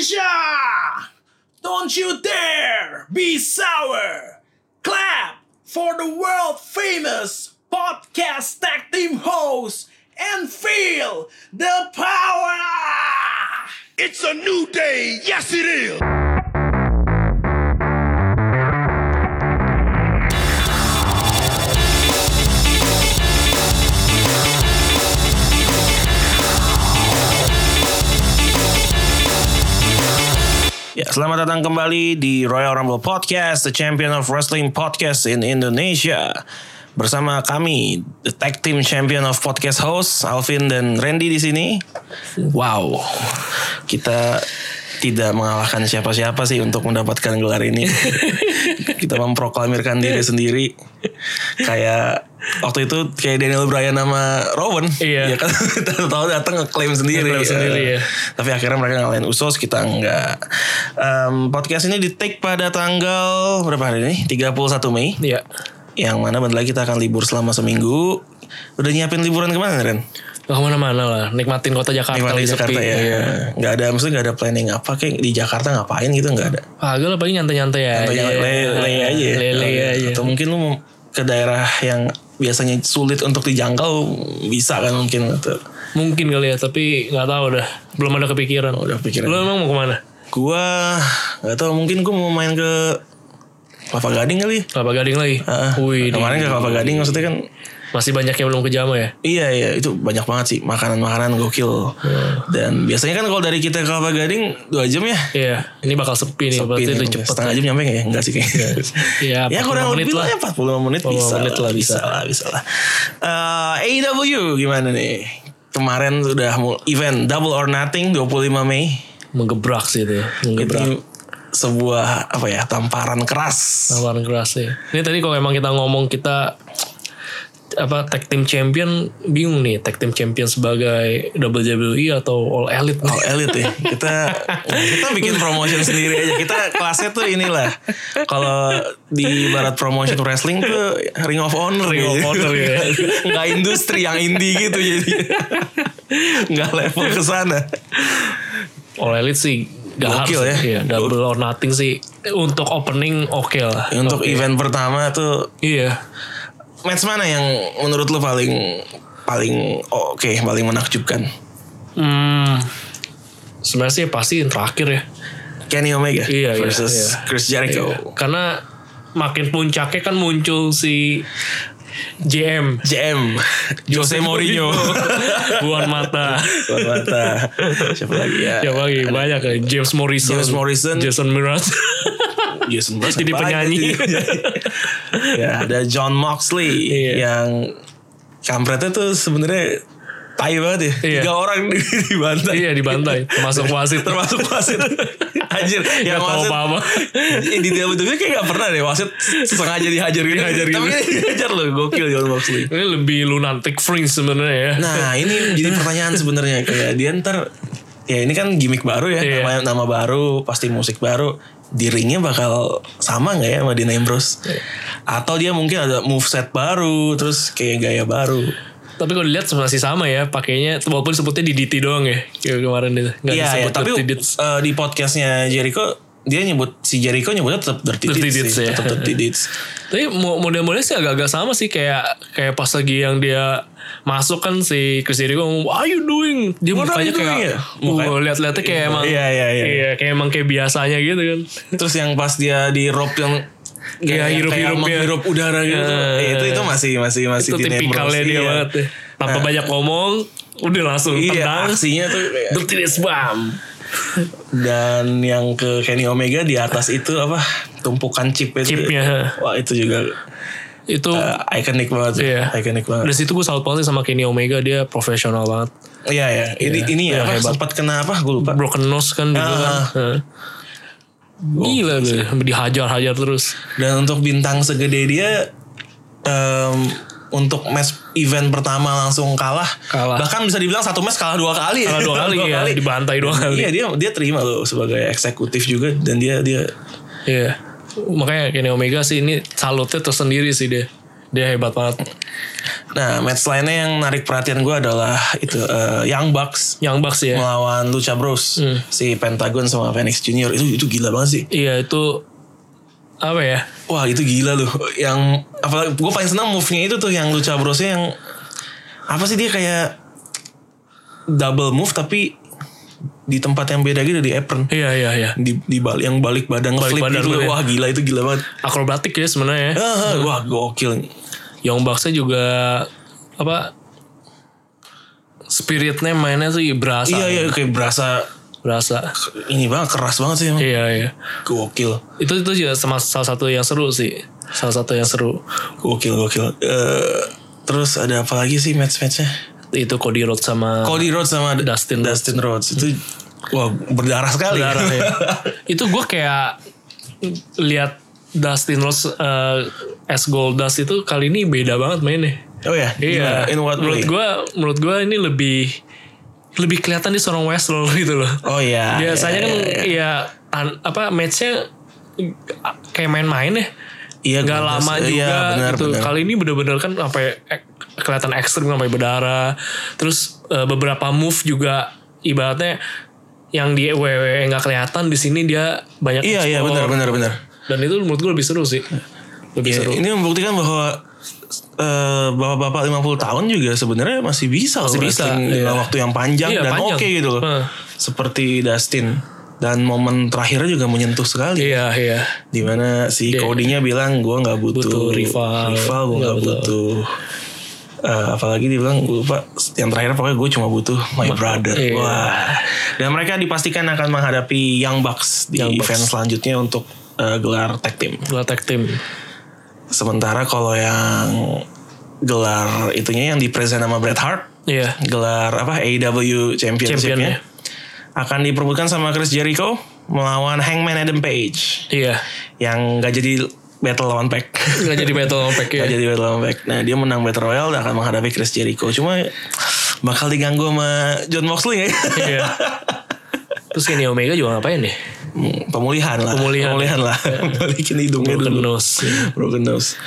Indonesia! Don't you dare be sour! Clap for the world famous podcast tag team host and feel the power! It's a new day, yes it is! Ya, selamat datang kembali di Royal Rumble Podcast, the champion of wrestling podcast in Indonesia. Bersama kami, the tag team champion of podcast host, Alvin dan Randy di sini. Wow, kita tidak mengalahkan siapa-siapa sih untuk mendapatkan gelar ini. Kita memproklamirkan diri sendiri. Kayak waktu itu kayak Daniel Bryan sama Rowan. Iya. Ya kan tahu datang ngeklaim sendiri. Ya. Tapi akhirnya mereka ngalahin Usos, kita enggak. Podcast ini di-take pada tanggal berapa hari ini? 31 Mei. Iya. Yang mana bentar lagi kita akan libur selama seminggu. Udah nyiapin liburan kemana, Ren? Gak kemana-mana lah, nikmatin kota Jakarta. Nikmatin Jakarta ya. Iya. Gak ada, maksudnya gak ada planning apa kayak di Jakarta ngapain gitu, gak ada. Agak lah paling nyantai-nyantai ya. Lele aja. Lele aja. Atau mungkin lu mau ke daerah yang biasanya sulit untuk dijangkau, bisa kan mungkin atau. Mungkin kali ya, tapi gak tahu dah. Belum ada kepikiran. Udah pikiran. Lu emang mau kemana? Gua gak tahu, mungkin gua mau main ke Kelapa Gading kali. Kelapa Gading lagi. Wih, kemarin ke Kelapa Gading maksudnya kan. Masih banyak yang belum kejama ya? Iya itu banyak banget sih makanan-makanan gokil. Dan biasanya kan kalau dari kita ke Kelapa Gading 2 jam ya. Iya, ini bakal sepi nih. Berarti itu cepet. Setengah jam nyampe gak ya? Enggak sih kayaknya. Iya, ya kurang lebih lah ya 45 menit bisa lah. AEW gimana nih? Kemarin sudah event Double or Nothing 25 Mei. Menggebrak sih itu. Itu sebuah apa ya, tamparan keras ya. Ini tadi kalau emang kita ngomong kita tag team champion, bingung nih tag team champion sebagai WWE atau All Elite. All Elite ya. Kita bikin promotion sendiri aja. Kita kelasnya tuh inilah. Kalau di barat promotion wrestling tuh Ring of Honor ya. Nggak industri yang indie gitu jadi. Nggak level ke sana. All Elite sih gokil ya. Iya, Double or Nothing sih untuk opening oke lah. Untuk event pertama tuh. Iya. Match mana yang menurut lo paling oke, paling menakjubkan? Sebenarnya sih pasti yang terakhir ya. Kenny Omega versus Chris Jericho. Iya. Karena makin puncaknya kan muncul si JM Jose Mourinho. Buan mata. Siapa lagi ya? Banyak ya. James Morrison, Jason Mraz. Jadi penyanyi. Ya, ada John Moxley yang kampretnya tuh sebenarnya tai banget ya. 3 orang dibantai. Iya, dibantai. Termasuk wasit. Anjir, yang wasit apa. Di WWE kayak gak pernah deh wasit sengaja dihajar gitu. Tapi dihajar loh, gokil John Moxley. Ini lebih lunatic fringe sebenarnya ya. Nah, ini jadi pertanyaan sebenarnya, kayak dia ntar ya ini kan gimmick baru ya, nama baru, pasti musik baru. Di ringnya bakal sama gak ya sama Dean Ambrose? Atau dia mungkin ada moveset baru, terus kayak gaya baru. Tapi kalau dilihat masih sama ya pakainya, walaupun sebutnya DDT doang ya kayak kemarin itu. Iya, tapi di podcastnya Jericho dia si Jericho nyebutnya tetap Dirty Deeds sih, tetap Dirty Deeds. Tapi model-modelnya sih agak-agak sama sih, kayak pas lagi yang dia masuk kan si Chris Jericho ngomong, "What are you doing?" Dia mukanya kayak lihat-lihatnya kayak emang kayak emang kayak biasanya gitu kan. Terus yang pas dia di rope yang kayak menghirup udara gitu. Itu masih itu tipikalnya dia banget deh. Tanpa banyak ngomong, udah langsung tendang. Aksinya tuh Dirty Deeds bam. Dan yang ke Kenny Omega di atas itu apa? Tumpukan chipnya. Wah, itu juga itu ikonik banget. Iya. Ikonik banget. Dari situ gue salut banget sama Kenny Omega, dia profesional banget. Iya. Ini ya sempat kena apa? Gue lupa. Broken nose kan dulu kan. Gila deh, dihajar terus. Dan untuk bintang segede dia untuk match event pertama langsung kalah. Bahkan bisa dibilang satu match kalah 2 kali. Ya, dibantai 2 kali. Iya, dia terima loh sebagai eksekutif juga, dan dia iya. Makanya Kenny Omega sih ini salutnya tersendiri sih dia. Dia hebat banget. Nah, match lainnya yang narik perhatian gue adalah itu Young Bucks ya melawan Lucha Bros. Si Pentagon sama Phoenix Junior itu gila banget sih. Iya, itu apa ya? Wah, itu gila loh. Yang apalagi gue paling senang move-nya itu tuh yang Lucha Bros-nya yang apa sih, dia kayak double move tapi di tempat yang beda gitu, di apron. Iya. Di balik, yang balik badan flip gitu. Wah, gila, itu gila banget. Akrobatik ya sebenarnya. Wah, gokil. Young Bucks-nya juga apa, spiritnya mainnya sih berasa. Iya, kayak berasa ini banget, keras banget sih emang. Iya. Gokil. Itu juga salah satu yang seru sih. Gokil. Terus ada apa lagi sih match-matchnya? Itu Cody Rhodes sama Dustin Rhodes. Itu wah, berdarah sekali. Ya. Itu gue kayak lihat Dustin Rhodes as Goldust itu kali ini beda banget mainnya. Oh ya? Iya. In what way? Menurut gue ini lebih kelihatan dia seorang wrestler gitu loh. Oh iya. Biasanya kan matchnya kayak main-main ya. Iya, nggak lama juga benar, gitu. Benar. Kali ini bener-bener kan sampai kelihatan ekstrim, sampai berdarah. Terus beberapa move juga ibaratnya yang di WWE nggak kelihatan, di sini dia banyak. Iya benar. Dan itu menurut gue lebih seru sih. Seru. Ini membuktikan bahwa bapak 50 tahun juga sebenarnya masih bisa dalam waktu yang panjang dan oke gitu loh. Seperti Dustin, dan momen terakhirnya juga menyentuh sekali. Iya. Dimana si Cody-nya bilang gue nggak butuh rival, gue nggak butuh. Apalagi dia bilang, gue lupa yang terakhir, pokoknya gue cuma butuh my brother. Iya. Wah. Dan mereka dipastikan akan menghadapi Young Bucks di event selanjutnya untuk gelar tag team. Sementara kalau yang gelar itunya yang dipresent sama Bret Hart, gelar apa AEW Championship-nya akan diperebutkan sama Chris Jericho melawan Hangman Adam Page. Iya. Yang gak jadi battle lawan Pac. Gak jadi battle lawan Pac. Nah, dia menang Battle Royale dan akan menghadapi Chris Jericho. Cuma bakal diganggu sama John Moxley ya. Iya. Terus Kenny Omega juga ngapain deh? Pemulihan lah. Balikin hidungnya dulu. Broken nose.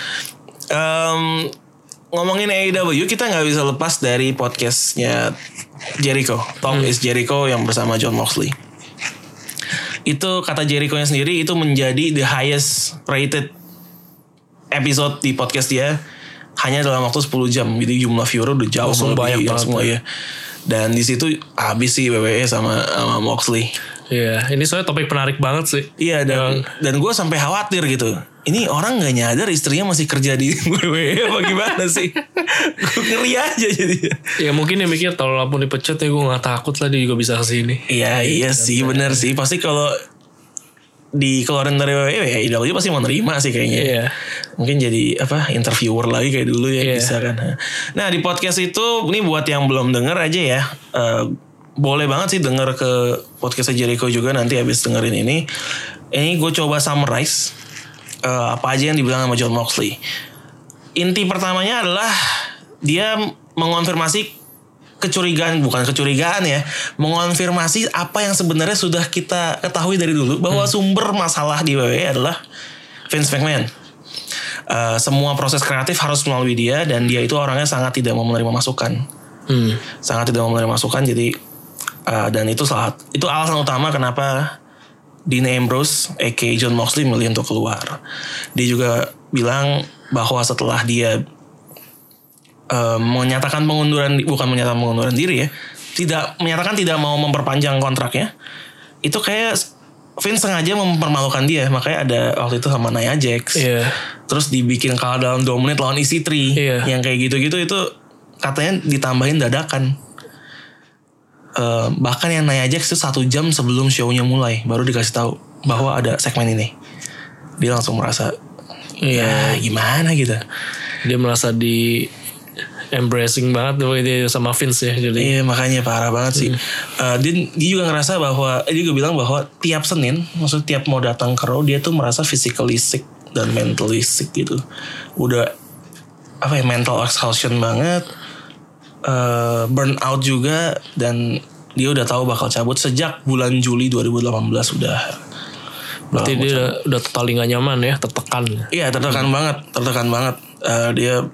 Ngomongin AEW, kita gak bisa lepas dari podcastnya Jericho, Talk is Jericho yang bersama John Moxley. Itu kata Jericho-nya sendiri, itu menjadi the highest rated episode di podcast dia hanya dalam waktu 10 jam. Jadi jumlah viewer udah jauh banyak banget semua ya. Dan di situ habis sih WWE sama Moxley. Iya, ini soalnya topik menarik banget sih. Iya, dan gue sampai khawatir gitu. Ini orang nggak nyadar istrinya masih kerja di WWE apa gimana sih? Gue ngeri aja jadi. Ya mungkin dia mikir kalau lampu dipecat ya gue nggak takut lah, dia juga bisa kesini. Iya sih, benar sih. Pasti kalau dikeluarin dari WWE ya IW pasti mau nerima sih kayaknya. Iya. Mungkin jadi interviewer lagi kayak dulu ya, bisa kan. Nah, di podcast itu ini buat yang belum denger aja ya. Boleh banget sih denger ke podcast Jericho juga nanti habis dengerin ini. Ini gue coba summarize apa aja yang dibilang sama John Moxley. Inti pertamanya adalah dia mengonfirmasi mengonfirmasi apa yang sebenarnya sudah kita ketahui dari dulu, bahwa sumber masalah di WWE adalah Vince McMahon. Semua proses kreatif harus melalui dia, dan dia itu orangnya sangat tidak mau menerima masukan. Jadi dan itu alasan utama kenapa Dean Ambrose aka John Moxley milih untuk keluar. Dia juga bilang bahwa setelah dia menyatakan pengunduran diri ya, menyatakan tidak mau memperpanjang kontraknya, itu kayak Vince sengaja mempermalukan dia. Makanya ada waktu itu sama Nia Jax, terus dibikin kalah dalam 2 menit lawan EC3, yang kayak gitu-gitu itu katanya ditambahin dadakan. Bahkan yang Nia Jax itu 1 jam sebelum show-nya mulai baru dikasih tahu bahwa ada segmen ini. Dia langsung merasa gimana gitu. Dia merasa di embracing banget sama Vince ya. Jadi iya, makanya parah banget sih. Dia juga ngerasa bahwa dia juga bilang bahwa tiap Senin, maksudnya tiap mau datang ke Raw, dia tuh merasa physically sick dan mentally sick gitu. Udah mental exhaustion banget. Burnout juga, dan dia udah tahu bakal cabut sejak bulan Juli 2018 udah. Berarti dia udah total gak nyaman ya, tertekan. Iya, tertekan banget. Dia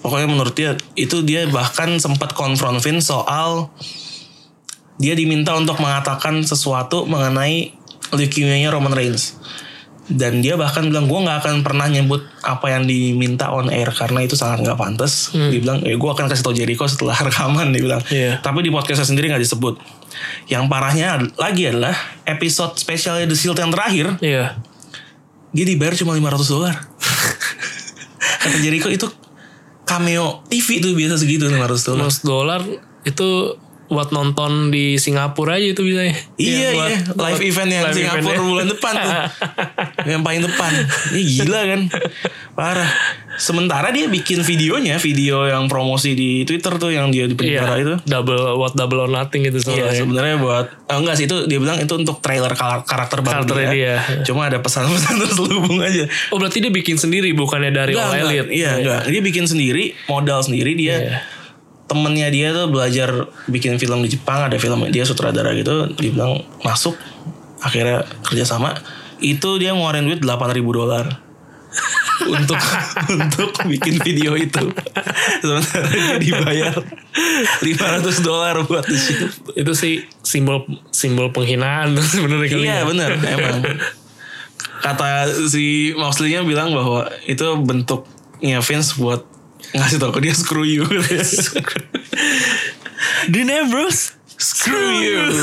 Pokoknya menurut dia itu dia bahkan sempat konfront Vince soal dia diminta untuk mengatakan sesuatu mengenai leukemia-nya Roman Reigns. Dan dia bahkan bilang gue gak akan pernah nyebut apa yang diminta on air karena itu sangat gak pantas. Dia bilang gue akan kasih tau Jericho setelah rekaman, dia bilang. Tapi di podcastnya sendiri gak disebut. Yang parahnya lagi adalah episode spesialnya The Shield yang terakhir, dia dibayar cuma $500. Kata Jericho itu cameo TV tuh biasa segitu $500. $500 itu buat nonton di Singapura aja itu bisa ya. Iya. Live event yang live Singapura bulan depan tuh. Yang paling depan. Ini gila kan. Parah. Sementara dia bikin videonya, video yang promosi di Twitter tuh yang dia di penjara itu. Double or nothing gitu soalnya. Iya, sebenarnya buat enggak sih, itu dia bilang itu untuk trailer karakter baru dia. Cuma ada pesan-pesan terselubung aja. Oh, berarti dia bikin sendiri bukannya dari All Elite. Enggak. Dia bikin sendiri, modal sendiri dia. Temennya dia tuh belajar bikin film di Jepang, ada film dia sutradara gitu, dia bilang masuk, akhirnya kerjasama. Itu dia ngeluarin duit $8,000 untuk bikin video itu. Sementara dia dibayar $500 buat itu. Itu sih simbol penghinaan sebenarnya kali. Iya benar emang. Kata si Moxley-nya bilang bahwa itu bentuknya Vince buat ngasih tau ke dia screw you. Dean Ambrose screw you.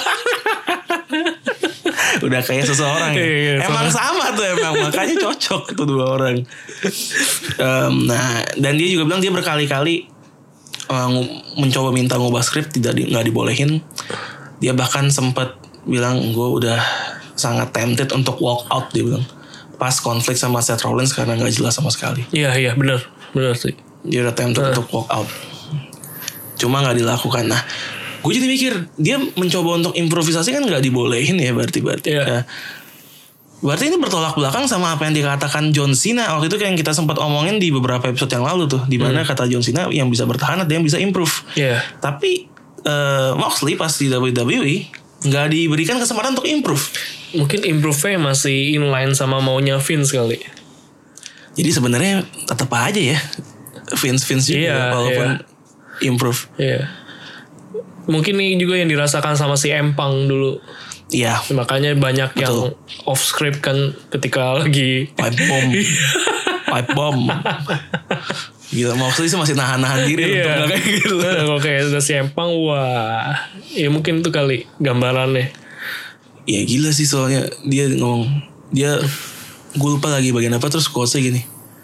Udah kayak seseorang ya. Emang sama tuh emang. Makanya cocok tuh dua orang. Nah, dan dia juga bilang dia berkali-kali mencoba minta ngubah skrip, nggak dibolehin. Dia bahkan sempat bilang gue udah sangat tempted untuk walk out, dia bilang pas konflik sama Seth Rollins karena nggak jelas sama sekali. Iya benar sih. Dia udah tempted untuk walk out, cuma nggak dilakukan. Nah, gue jadi mikir dia mencoba untuk improvisasi kan nggak dibolehin ya, berarti. Nah, berarti ini bertolak belakang sama apa yang dikatakan John Cena waktu itu, kayak yang kita sempat omongin di beberapa episode yang lalu tuh, di mana kata John Cena yang bisa bertahan ada yang bisa improve. Tapi Moxley pas di WWE nggak diberikan kesempatan untuk improve. Mungkin improve-nya masih inline sama maunya Vince kali. Jadi sebenarnya tetap aja ya Vince juga walaupun improve. Mungkin ini juga yang dirasakan sama si Empang dulu. Iya. Makanya banyak yang off script kan ketika lagi pipe bomb. Gila, Moxley sih masih nahan diri untuk gak kayak gitu. Kalau kayak si Empang, wah, ya mungkin itu kali gambarannya. Ya gila sih, soalnya dia ngomong, gue lupa lagi bagian apa, terus quotes-nya gini,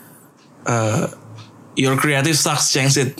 your creative sucks, change it.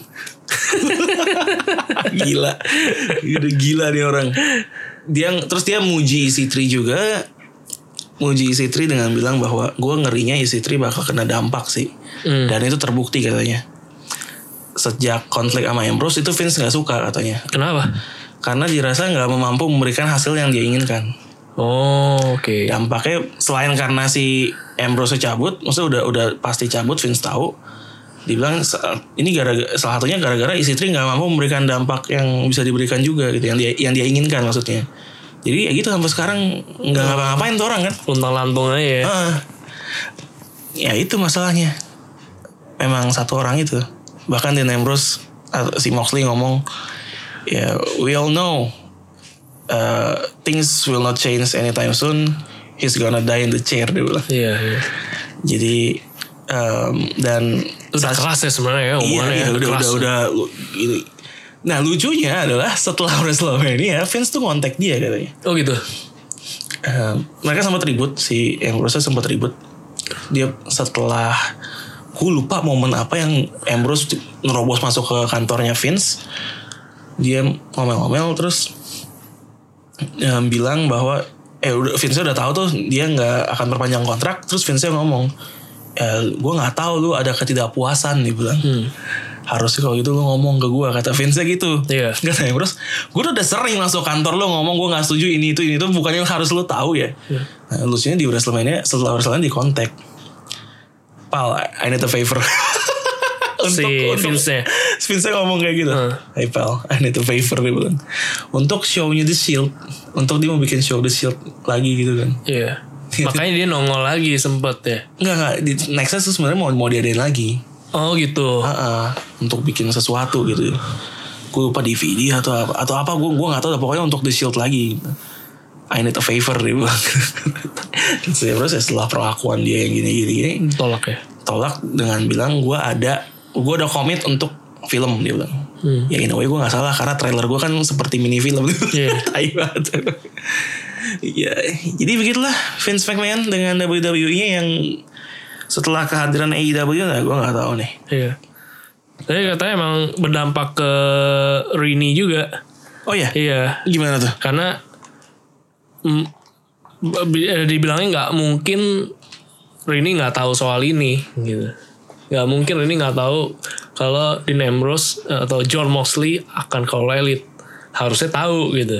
Gila nih orang. Terus dia muji EC3 juga, muji EC3 dengan bilang bahwa gue ngerinya EC3 bakal kena dampak sih. Dan itu terbukti katanya. Sejak konflik sama Ambrose itu Vince gak suka katanya. Kenapa? Karena dirasa gak mampu memberikan hasil yang dia inginkan. Oke. Dampaknya selain karena si Ambrose cabut, maksudnya udah pasti cabut, Vince tahu. Dibilang ini salah satunya gara-gara EC3 gak mampu memberikan dampak yang bisa diberikan juga gitu, yang dia inginkan maksudnya. Jadi ya gitu, sampai sekarang gak ngapa-ngapain tuh orang kan. Luntang-lantung aja ya. Ya itu masalahnya. Memang satu orang itu. Bahkan Dean Ambrose, si Moxley ngomong, ya we all know things will not change anytime soon. He's gonna die in the chair, dia bilang. Iya. Jadi dan udah keras ya sebenarnya ya omongannya. Iya, udah gitu. Nah, lucunya adalah setelah WrestleMania Vince tuh ngontek dia katanya. Oh gitu. Mereka sempat ribut, si Ambrose sempat ribut. Dia setelah, gue lupa momen apa yang Ambrose nerobos masuk ke kantornya Vince. Dia ngomel-ngomel terus bilang bahwa Vince udah tahu tuh dia nggak akan perpanjang kontrak. Terus Vince ngomong, gue nggak tahu lu ada ketidakpuasan, dia bilang. Harusnya kalau gitu lu ngomong ke gue, kata Vince gitu. Kata Ambrose, gue udah sering masuk kantor lu ngomong gue nggak setuju ini itu bukannya harus lu tahu ya. Nah, lucunya di WrestleMania, setelah WrestleMania di kontak, Pal, I need a favor. Untuk Vince ngomong kayak gitu. Hey pal, I need a favor, dia bilang. Untuk show-nya The Shield, untuk dia mau bikin show The Shield lagi gitu kan. Iya. Makanya dia nongol lagi sempet ya. Enggak, di Nexus tuh sebenarnya mau diadain lagi. Oh gitu. Untuk bikin sesuatu gitu. Gue lupa DVD atau apa gue nggak tahu. Pokoknya untuk The Shield lagi. I need a favor dia bilang. Terus setelah perlakuan dia yang gini tolak dengan bilang gue udah komit untuk film dia bilang. Ya in a way gue nggak salah karena trailer gue kan seperti mini film. Tai banget. Ya, jadi begitulah Vince McMahon dengan WWE yang setelah kehadiran AEW gue nggak tahu nih. Iya. Tapi katanya emang berdampak ke Rini juga. Oh ya? Iya. Gimana tuh? Karena dibilangnya nggak mungkin Rini nggak tahu soal ini gitu. Nggak mungkin Rini nggak tahu kalau Dean Ambrose atau Jon Moxley akan ke All Elite. Harusnya tahu gitu.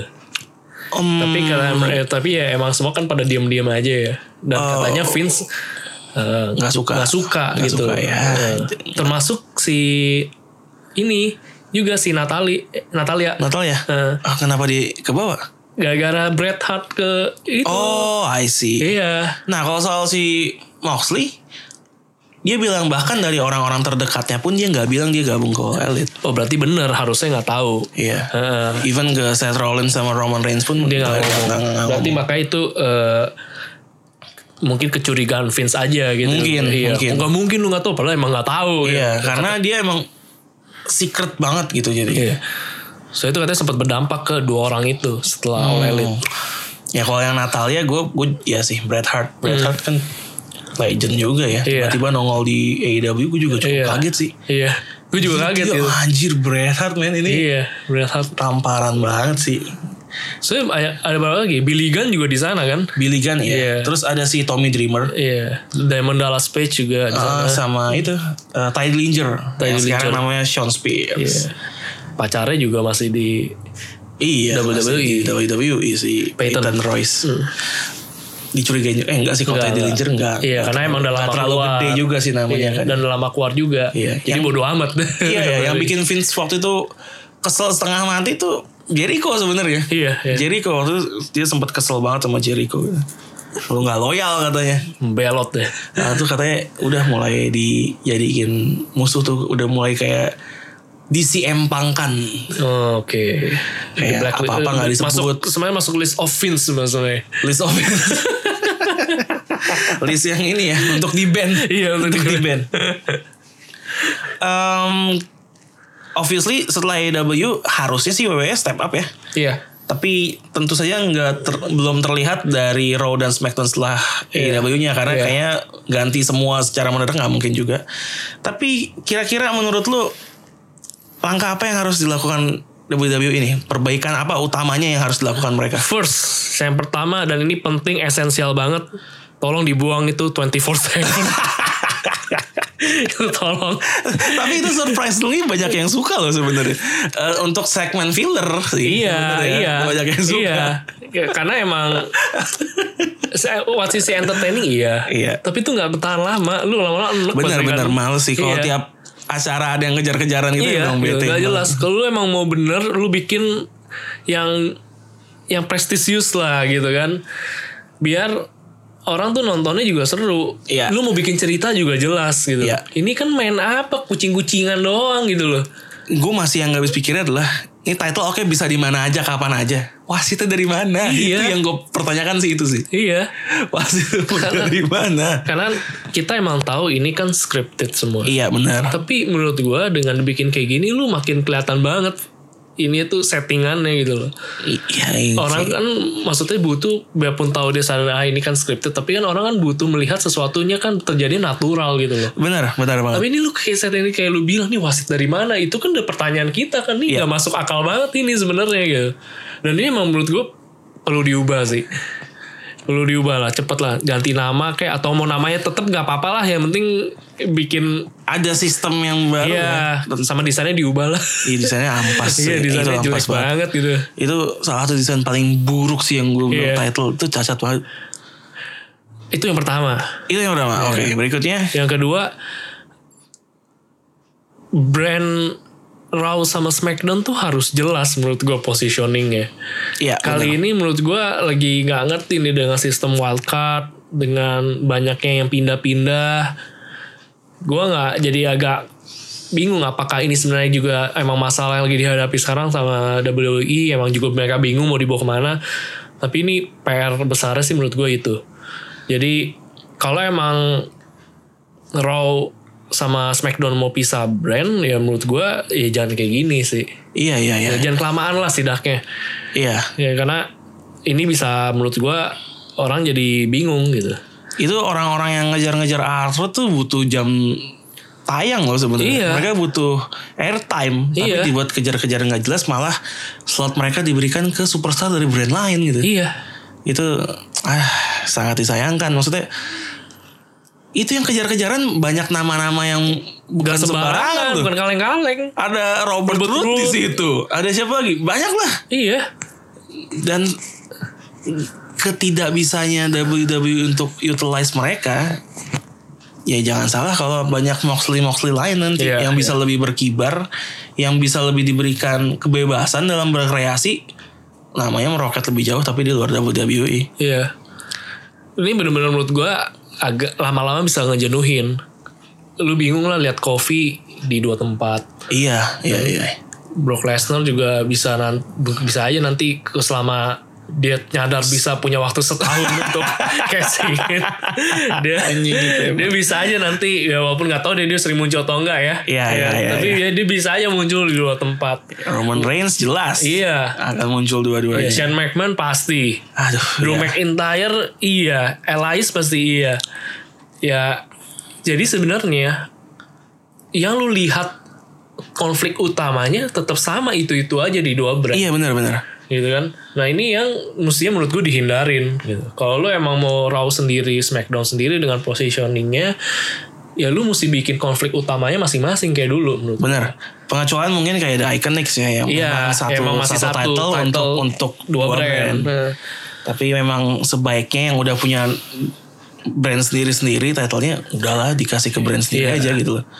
Tapi ya emang semua kan pada diam-diam aja ya. Dan katanya Vince nggak suka gitu ya. Termasuk si ini juga si Natalia kenapa kebawa gara-gara Bret Hart ke itu. I see. Iya. Nah kalau soal si Moxley, dia bilang bahkan dari orang-orang terdekatnya pun dia nggak bilang dia gabung ke Elite. Oh berarti bener harusnya nggak tahu. Iya. Even ke Seth Rollins sama Roman Reigns pun dia nggak ngomong. Berarti makanya itu mungkin kecurigaan Vince aja gitu. Mungkin. Nggak mungkin lu nggak tahu, padahal emang nggak tahu. Iya. Gitu. Karena dia emang secret banget gitu jadi. Iya. So itu katanya sempat berdampak ke dua orang itu setelah All Elite. Ya kalau yang Natalia gue ya sih Bret Hart kan legend juga ya. Tiba-tiba nongol di AEW gue juga cukup kaget sih. Iya. Gue juga kaget gitu. Anjir Bret Hart men ini. Iya, Bret Hart tamparan banget sih. So ada berapa lagi? Billy Gunn juga di sana kan? Billy Gunn ya. Terus ada si Tommy Dreamer. Iya. Diamond Dallas Page juga di sana. Sama itu Ty Dillinger. Sekarang namanya Sean Spears. Iya. Pacarnya juga masih di WWE si Peyton Royce. Dicurigain enggak sih kalau Ty Dillinger enggak. Iya, karena emang dalam terlalu gede juga sih namanya kan. Dan dalam keluar juga. Iya. Jadi bodo amat. Iya, yang bikin Vince waktu itu kesel setengah mati tuh Jericho sebenarnya. Iya. Jericho waktu itu dia sempat kesel banget sama Jericho. Lu nggak loyal katanya. Belot deh. Nah tuh katanya udah mulai dijadiin musuh tuh, udah mulai kayak disiempangkan. Oke. Kayak apa-apa nggak disebut. Sebenarnya masuk list of Vince maksudnya. List of Vince. List yang ini ya untuk di band. Iya untuk di band. Obviously setelah AEW harusnya sih WWE step up ya. Iya. Tapi tentu saja belum terlihat dari Raw dan SmackDown setelah AEW-nya karena kayaknya ganti semua secara mendadak nggak mungkin juga. Tapi kira-kira menurut lu langkah apa yang harus dilakukan WWE ini? Perbaikan apa utamanya yang harus dilakukan mereka? First, yang pertama dan ini penting esensial banget, tolong dibuang itu 24/7. Tolong. Tapi itu surprisingly banyak yang suka loh sebenarnya. Untuk segmen filler sih. Iya. Banyak yang suka. Iya. Karena emang what's sisi entertaining iya. Tapi itu gak bertahan lama. Lu lama-lama bener-bener males sih kalau tiap acara ada yang kejar-kejaran gitu. Iya. Gak jelas. Kalau lu emang mau bener, lu bikin yang prestisius lah gitu kan. Biar orang tuh nontonnya juga seru. Iya. Lu mau bikin cerita juga jelas gitu. Iya. Ini kan main apa? Kucing-kucingan doang gitu loh. Gue masih yang gak habis pikirnya adalah ini title oke bisa di mana aja, kapan aja. Wasitnya dari mana? Iya. Itu yang gue pertanyakan sih itu sih. Iya. Wasit dari mana? Karena kita emang tahu ini kan scripted semua. Iya benar. Tapi menurut gue dengan bikin kayak gini lu makin kelihatan banget ini tuh settingannya gitu loh. Iya. Orang kan maksudnya butuh, biarpun tahu dia sadar ini kan scripted, tapi kan orang kan butuh melihat sesuatunya kan terjadi natural gitu loh. Benar banget. Tapi ini lu kayak setting ini kayak lu bilang nih wasit dari mana? Itu kan udah pertanyaan kita kan nih gak masuk akal banget ini sebenarnya gitu. Dan ini emang menurut gue perlu diubah sih. Perlu diubah lah, cepet lah, ganti nama kayak atau mau namanya tetap nggak apa-apa lah, yang penting bikin ada sistem yang baru. Iya, sama desainnya diubah lah. Iya desainnya ampas. Iya desainnya jelek banget gitu. Itu salah satu desain paling buruk sih yang gue bilang title itu cacat banget. Itu yang pertama. Oke, berikutnya. Yang kedua, brand Raw sama SmackDown tuh harus jelas menurut gue positioningnya. Iya. Kali ini menurut gue lagi nggak ngerti nih dengan sistem wildcard, dengan banyaknya yang pindah-pindah. gue nggak jadi agak bingung apakah ini sebenarnya juga emang masalah yang lagi dihadapi sekarang sama WWE, emang juga mereka bingung mau dibawa kemana. Tapi ini PR besarnya sih menurut gue itu. Jadi kalau emang Raw sama SmackDown mau pisah brand, ya menurut gue ya jangan kayak gini sih. Iya. Ya, jangan kelamaan lah setidaknya. Iya. Ya karena ini bisa menurut gue orang jadi bingung gitu. Itu orang-orang yang ngejar-ngejar Arthur tuh butuh jam tayang loh sebenarnya. Iya. Mereka butuh airtime, tapi dibuat kejar-kejar nggak jelas, malah slot mereka diberikan ke superstar dari brand lain gitu. Iya. Itu sangat disayangkan. Maksudnya itu yang kejar-kejaran banyak nama-nama yang bukan sembarangan, bukan kaleng-kaleng. Ada Robert Roode di situ. Ada siapa lagi? Banyak lah. Iya. Dan ketidakbisanya WWE untuk utilize mereka, ya jangan salah kalau banyak Moxley lain nanti yang bisa lebih berkibar, yang bisa lebih diberikan kebebasan dalam berkreasi, namanya meroket lebih jauh tapi di luar WWE. Iya. Ini benar-benar menurut gue agak lama-lama bisa ngejenuhin. Lu bingung lah lihat Kofi di 2 tempat. Iya. Brock Lesnar juga bisa aja nanti selama dia nyadar bisa punya waktu setahun untuk casing. Dia bisa aja nanti, ya walaupun nggak tahu dia sering muncul atau enggak ya. Iya. Tapi dia bisa aja muncul di 2 tempat. Roman Reigns jelas. Iya. Akan muncul dua-duanya. Shane McMahon pasti. Drew McIntyre iya. Elias pasti iya. Ya. Jadi sebenarnya yang lu lihat konflik utamanya tetap sama itu aja di 2 brand. Iya benar. Gitu kan. Nah ini yang mestinya menurut gue dihindarin gitu. Kalau lu emang mau Raw sendiri, SmackDown sendiri dengan positioningnya, ya lu mesti bikin konflik utamanya masing-masing kayak dulu menurut. Bener. Pengecualian mungkin kayak The Iconics ya yang memang masih satu title untuk 2 brand. Tapi memang sebaiknya yang udah punya brand sendiri-sendiri, titlenya udahlah dikasih ke brand sendiri aja gitu loh.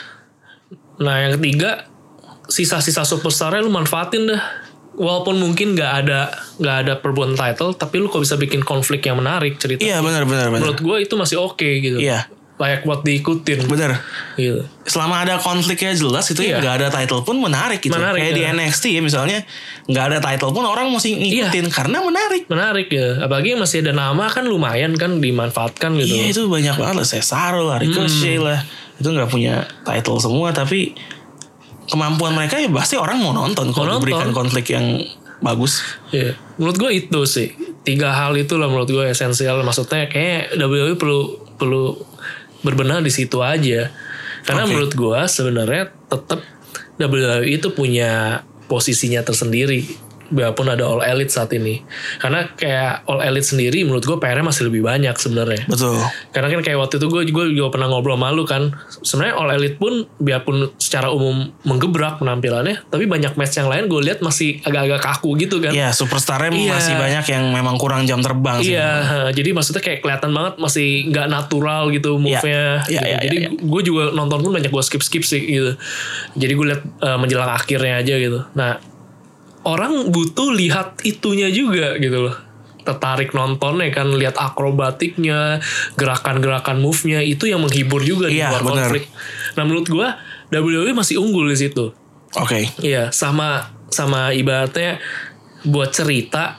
Nah yang ketiga, sisa-sisa superstarnya lu manfaatin dah. Walaupun mungkin nggak ada perebutan title, tapi lu kok bisa bikin konflik yang menarik cerita. Iya benar. Menurut gue itu masih oke gitu. Iya. Layak buat diikutin. Bener. Gitu. Selama ada konfliknya jelas itu ya nggak ada title pun menarik gitu. Kayak di NXT ya misalnya nggak ada title pun orang mesti ngikutin karena menarik. Menarik ya. Apalagi masih ada nama kan lumayan kan dimanfaatkan gitu. Iya itu banyak banget lah. Cesaro lah, Ricochet lah. Itu nggak punya title semua tapi kemampuan mereka ya pasti orang mau nonton kalau diberikan konflik yang bagus. Iya. Menurut gue itu sih 3 hal itu lah menurut gue esensial. Maksudnya kayak WWE perlu berbenah di situ aja. Karena menurut gue sebenarnya tetap WWE itu punya posisinya tersendiri. Walaupun ada All Elite saat ini. Karena kayak All Elite sendiri menurut gue PR-nya masih lebih banyak sebenarnya. Betul. Karena kan kayak waktu itu gue juga pernah ngobrol sama lu kan. Sebenarnya All Elite pun biarpun secara umum menggebrak penampilannya, tapi banyak match yang lain gue lihat masih agak-agak kaku gitu kan. Iya, superstarnya masih banyak yang memang kurang jam terbang sih. Iya, jadi maksudnya kayak kelihatan banget masih nggak natural gitu move-nya. Jadi gue juga nonton pun banyak gue skip sih gitu. Jadi gue lihat menjelang akhirnya aja gitu. Nah, orang butuh lihat itunya juga gitu loh. Tertarik nontonnya kan, lihat akrobatiknya, gerakan-gerakan move-nya, itu yang menghibur juga di luar konflik. Nah menurut gue WWE masih unggul di situ. Oke. Iya, sama ibaratnya buat cerita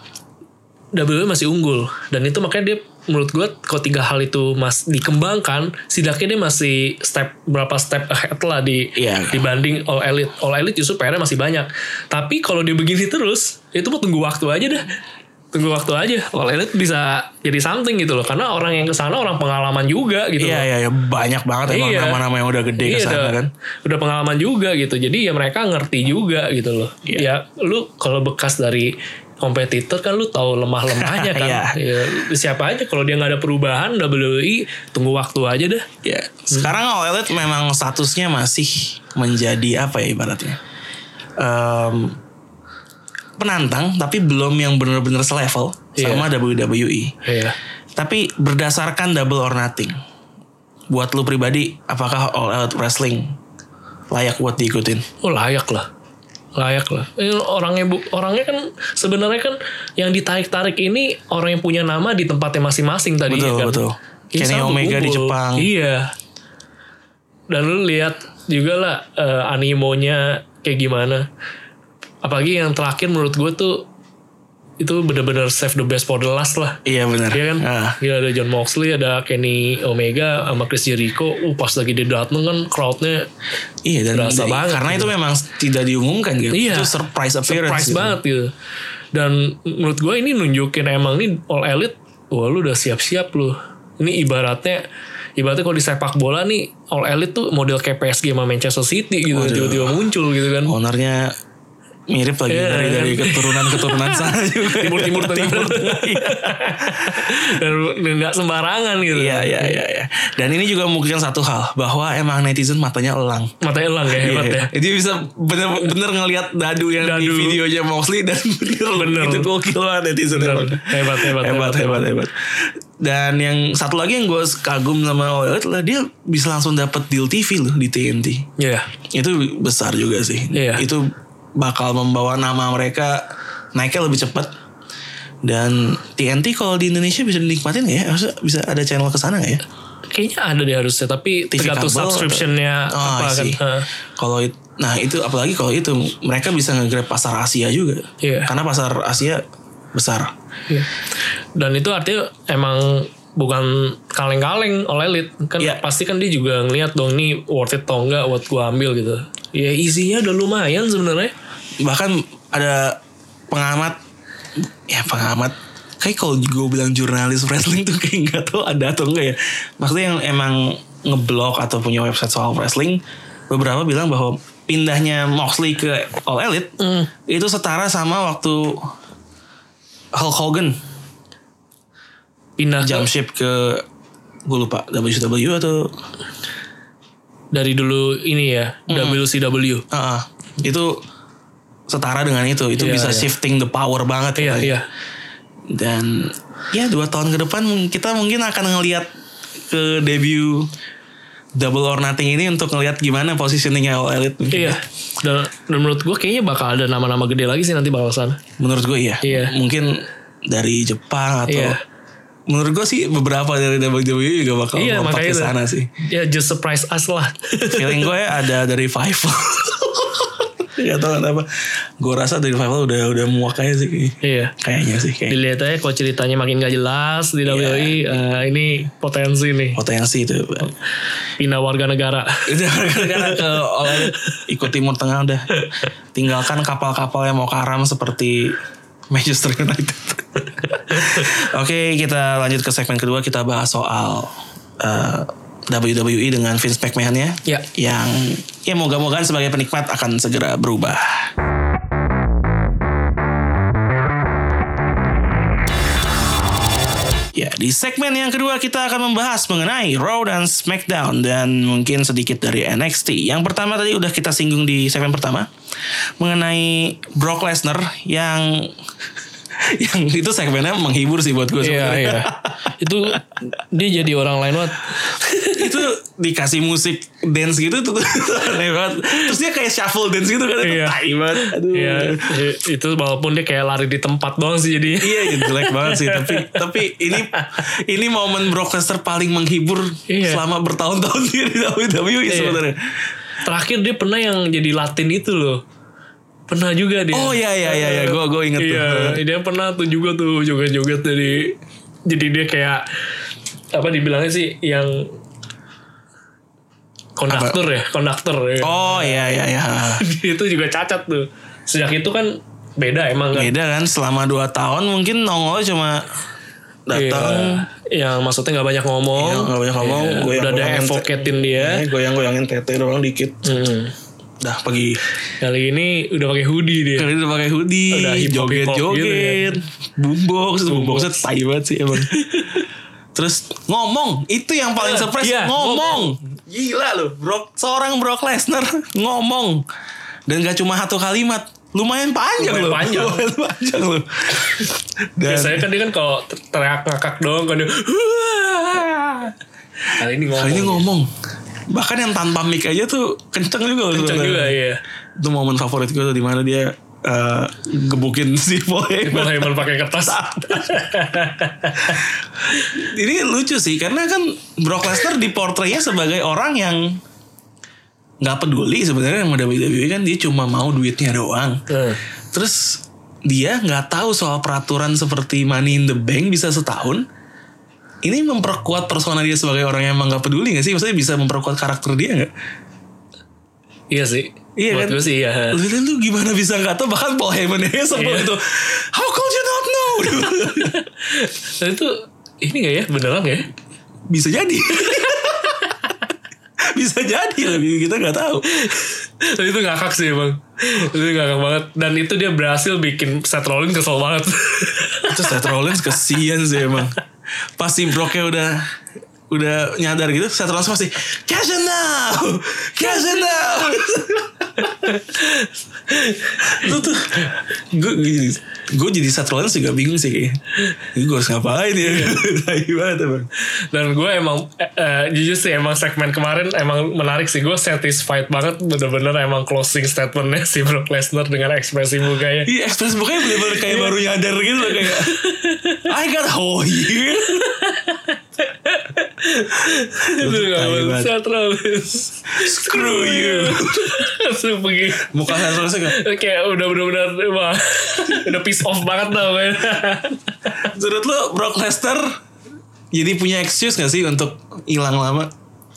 WWE masih unggul, dan itu makanya dia menurut gue kalau 3 hal itu dikembangkan, setidaknya dia masih berapa step ahead lah dibanding All Elite. All Elite justru PR-nya masih banyak. Tapi kalau dia begini terus, itu mau tunggu waktu aja dah. Tunggu waktu aja. All Elite bisa jadi something gitu loh. Karena orang yang kesana orang pengalaman juga gitu. Iya, banyak banget emang nama-nama yang udah gede kesana kan. Udah pengalaman juga gitu. Jadi ya mereka ngerti juga gitu loh. Ya lu kalau bekas dari kompetitor kan lu tahu lemah-lemahnya kan. Ya, siapa aja kalau dia nggak ada perubahan WWE tunggu waktu aja dah. Ya. Sekarang All Elite memang statusnya masih menjadi apa ya ibaratnya penantang tapi belum yang benar-benar selevel sama WWE. Tapi berdasarkan Double or Nothing, buat lu pribadi apakah All Elite Wrestling layak buat diikutin? Oh layak lah. Ini orangnya kan sebenarnya kan yang ditarik-tarik ini orang yang punya nama di tempatnya masing-masing tadi. Betul. Kenny Omega di Jepang. Iya. Dan lu lihat juga lah animonya kayak gimana. Apalagi yang terakhir menurut gue tuh itu benar-benar save the best for the last lah. Iya benar. Iya kan? Gila, ada Jon Moxley, ada Kenny Omega sama Chris Jericho. Pas lagi dia dateng kan crowdnya dan berasa banget. Karena itu memang tidak diumumkan gitu. Iya. Itu surprise appearance. Surprise gitu. Banget gitu. Dan menurut gue ini nunjukin emang nih All Elite, wah lu udah siap-siap lu. Ini ibaratnya kalau di sepak bola nih All Elite tuh model kayak PSG sama Manchester City gitu. Tiba-tiba muncul gitu kan. Ownernya mirip lagi dari keturunan sana juga. Timur tengah. Dan nggak sembarangan gitu. Iya. Dan ini juga membuktikan satu hal, bahwa emang netizen matanya elang ya, hebat ya. Dia bisa bener ngelihat dadu yang di videonya Moxley dan bener. Itu gokil banget netizen. Hebat. Dan yang satu lagi yang gue kagum sama All Elite lah, dia bisa langsung dapat deal TV loh di TNT. Iya. Itu besar juga sih. Iya. Itu bakal membawa nama mereka naiknya lebih cepat. Dan TNT kalau di Indonesia bisa dinikmatin gak ya? Harusnya bisa ada channel kesana gak ya? Kayaknya ada deh harusnya, tapi tergantung subscriptionnya apa kan. Kalau itu apalagi kalau itu mereka bisa nge-grab pasar Asia juga. Karena pasar Asia besar. Dan itu artinya emang bukan kaleng-kaleng All Elite kan. Pasti kan dia juga ngeliat dong nih worth it atau enggak buat gue ambil gitu. Ya isinya udah lumayan sebenarnya. Bahkan ada pengamat kayak kalau gue bilang jurnalis wrestling tuh kayak nggak tahu ada atau enggak ya. Maksudnya yang emang ngeblog atau punya website soal wrestling, beberapa bilang bahwa pindahnya Moxley ke All Elite itu setara sama waktu Hulk Hogan pindah jump ship ke, gue lupa, WCW atau dari dulu ini ya, WCW. Itu setara dengan itu bisa shifting the power banget. Iya. Dan 2 tahun ke depan kita mungkin akan ngelihat ke debut Double or Nothing ini untuk ngelihat gimana positioningnya All Elite. Iya. Dan menurut gue kayaknya bakal ada nama-nama gede lagi sih nanti bakal sana. Menurut gue iya. Mungkin dari Jepang atau menurut gue sih beberapa dari WWE juga bakal lompat ke sana sih. Ya just surprise us lah. Feeling gue ada dari Revival. Gak tau kenapa. Gue rasa dari Revival udah muak aja sih. Iya. Kayaknya sih. Dilihat aja kalau ceritanya makin gak jelas di WWE. Ini potensi nih. Potensi itu. Pindah warga negara. ke All Elite. Ikut Timur Tengah udah. Tinggalkan kapal-kapal yang mau karam seperti Manchester United. Oke, kita lanjut ke segmen kedua. Kita bahas soal WWE dengan Vince McMahon-nya. Yang moga-mogaan sebagai penikmat akan segera berubah. Di segmen yang kedua kita akan membahas mengenai Raw dan SmackDown dan mungkin sedikit dari NXT. Yang pertama tadi udah kita singgung di segmen pertama mengenai Brock Lesnar yang itu segmennya menghibur sih buat gue sebenarnya. Iya. Itu dia jadi orang lain banget. Itu dikasih musik dance gitu tuh aneh banget. Terus dia kayak shuffle dance gitu kan. Itu tai banget. Aduh. Iya. Itu walaupun dia kayak lari di tempat doang sih jadi. Iya, jelek banget sih. Tapi ini momen Brock Lesnar paling menghibur selama bertahun-tahun dia di WWE sebenarnya. Terakhir dia pernah yang jadi Latin itu loh. Pernah juga dia. Oh iya. Gue inget tuh. Iya, dia pernah tuh juga tuh joget-joget jadi dia kayak apa dibilangnya sih yang konduktor ya. Oh iya. Itu juga cacat tuh. Sejak itu kan beda emang kan. Beda kan, selama 2 tahun mungkin nongol cuma datang. Yang maksudnya gak banyak ngomong. Gak banyak ngomong. Udah ada advocatein dia. Goyang-goyangin tete doang dikit. Udah pergi. Kali ini udah pakai hoodie dia. Udah joget-joget. Boomboxnya tai banget sih emang. Terus ngomong, itu yang paling surprise. Ngomong. Gila loh, seorang Brock Lesnar ngomong. Dan gak cuma 1 kalimat, lumayan panjang loh. Biasanya kan dia kan kalau teriak ngakak doang kan dia. Kali ini ngomong. Bahkan yang tanpa mic aja tuh kenceng juga. Iya. Itu momen favorit gue tuh dimana dia gebukin si Paul Heyman pakai kertas. Ini lucu sih karena kan Brock Lesnar diportraynya sebagai orang yang nggak peduli sebenarnya sama WWE kan, dia cuma mau duitnya doang. Terus dia nggak tahu soal peraturan seperti Money in the Bank bisa setahun. Ini memperkuat persona dia sebagai orang yang emang gak peduli gak sih? Maksudnya bisa memperkuat karakter dia gak? Iya sih. Iya kan? Gue sih iya. Lu gimana bisa gak tahu? Bahkan Paul Heyman aja sebelum itu, how could you not know? Dan itu ini gak ya? Beneran gak ya? Bisa jadi. Bisa jadi lebih, kita gak tahu. Tapi itu ngakak sih emang. Itu ngakak banget. Dan itu dia berhasil bikin Seth Rollins kesel banget. Itu Seth Rollins kesian sih emang. Pasti Brocknya udah nyadar gitu, Seth Rollins pasti cash in now. Itu tuh gue jadi Seth Rollins juga bingung sih kayaknya. Gue harus ngapain ya? Gimana tuh? Dan gue emang jujur sih emang segmen kemarin emang menarik sih. Gue satisfied banget bener-bener emang closing statementnya si Brock Lesnar dengan ekspresi mukanya. Iya, ekspresi mukanya bener-bener kayak baru nyadar gitu loh, kayak I got holy. Itu gak Seth Rollins, screw you. Langsung pergi. Muka Seth Rollins kayak udah bener-bener udah piece off banget tau kan. Menurut lo Brock Lesnar jadi punya excuse gak sih untuk hilang lama?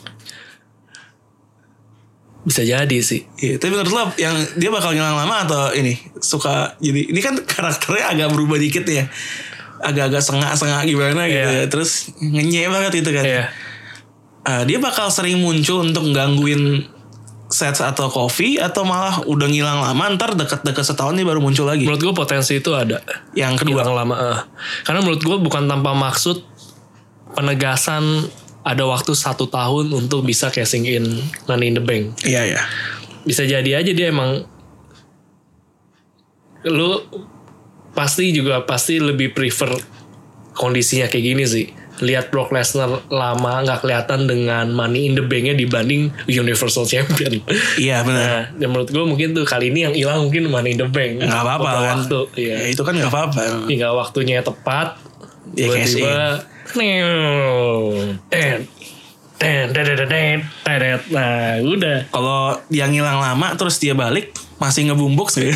Bisa jadi sih. Iya, tapi menurut lo yang dia bakal hilang lama atau ini suka jadi, ini kan karakternya agak berubah dikit ya, agak-agak sengak-sengak gimana gitu ya, terus ngenyek banget itu kan. Dia bakal sering muncul untuk gangguin Seth atau Kofi, atau malah udah ngilang lama, ntar deket-deket setahun dia baru muncul lagi? Menurut gue potensi itu ada. Yang kedua, hilang lama. Karena menurut gue bukan tanpa maksud penegasan ada waktu 1 tahun untuk bisa casing in Money in the Bank. Iya. Bisa jadi aja dia emang, lu pasti lebih prefer kondisinya kayak gini sih. Lihat Brock Lesnar lama gak kelihatan dengan Money in the Bank-nya dibanding Universal Champion. Iya benar. Nah, dan menurut gue mungkin tuh kali ini yang hilang mungkin Money in the Bank. Gak apa-apa kan. Waktu, ya, itu kan gak apa-apa. Tinggal waktunya tepat. Tiba-tiba nah udah. Kalau yang hilang lama terus dia balik masih ngebumbuk sih.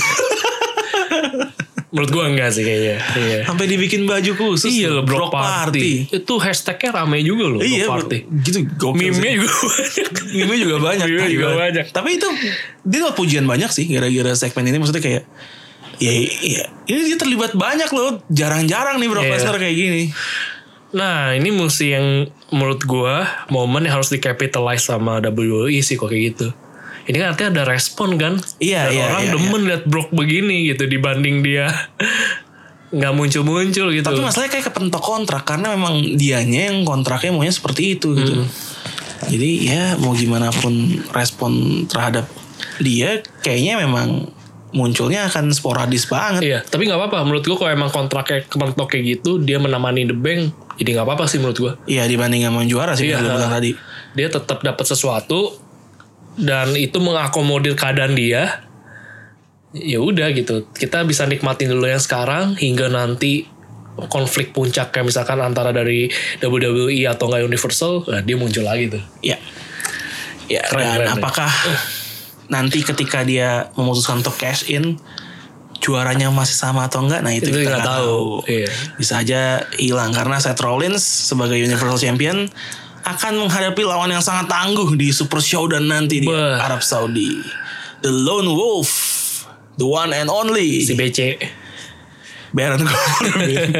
Menurut gue enggak sih kayaknya. Iya. Sampai dibikin baju khusus. Iya loh, Brock Party. Itu hashtagnya rame juga loh. Iya, Brock Party. Gitu gokil. Meme-nya juga banyak. Tapi itu dia dapat pujian banyak sih gara-gara segmen ini. Maksudnya kayak iya. Ini dia terlibat banyak loh. Jarang-jarang nih Brock Lesnar kayak gini. Nah ini mesti yang menurut gue momen yang harus di-capitalize sama WWE sih kok kayak gitu. Ini kan artinya ada respon kan. Orang demen lihat Brock begini gitu dibanding dia nggak muncul gitu. Tapi masalahnya kayak kepentok kontrak, karena memang dianya yang kontraknya maunya seperti itu gitu. Jadi ya mau gimana pun respon terhadap dia kayaknya memang munculnya akan sporadis banget. Iya, tapi nggak apa-apa. Menurut gue kalau emang kontraknya kepentok kayak gitu, dia menamani the bank, jadi nggak apa-apa sih menurut gue. Iya, dibanding sama juara sih tadi. Dia tetap dapat sesuatu dan itu mengakomodir keadaan dia. Ya udah gitu. Kita bisa nikmatin dulu yang sekarang hingga nanti konflik puncak kayak misalkan antara dari WWE atau nggak Universal, nah dia muncul lagi tuh. Iya. Ya, keren. Apakah nanti ketika dia memutuskan untuk cash in juaranya masih sama atau enggak? Nah itu kita nggak tahu. Iya. Bisa aja hilang karena Seth Rollins sebagai Universal Champion akan menghadapi lawan yang sangat tangguh di Super Showdown nanti di Arab Saudi. The Lone Wolf, the one and only si BC Baron Corbin.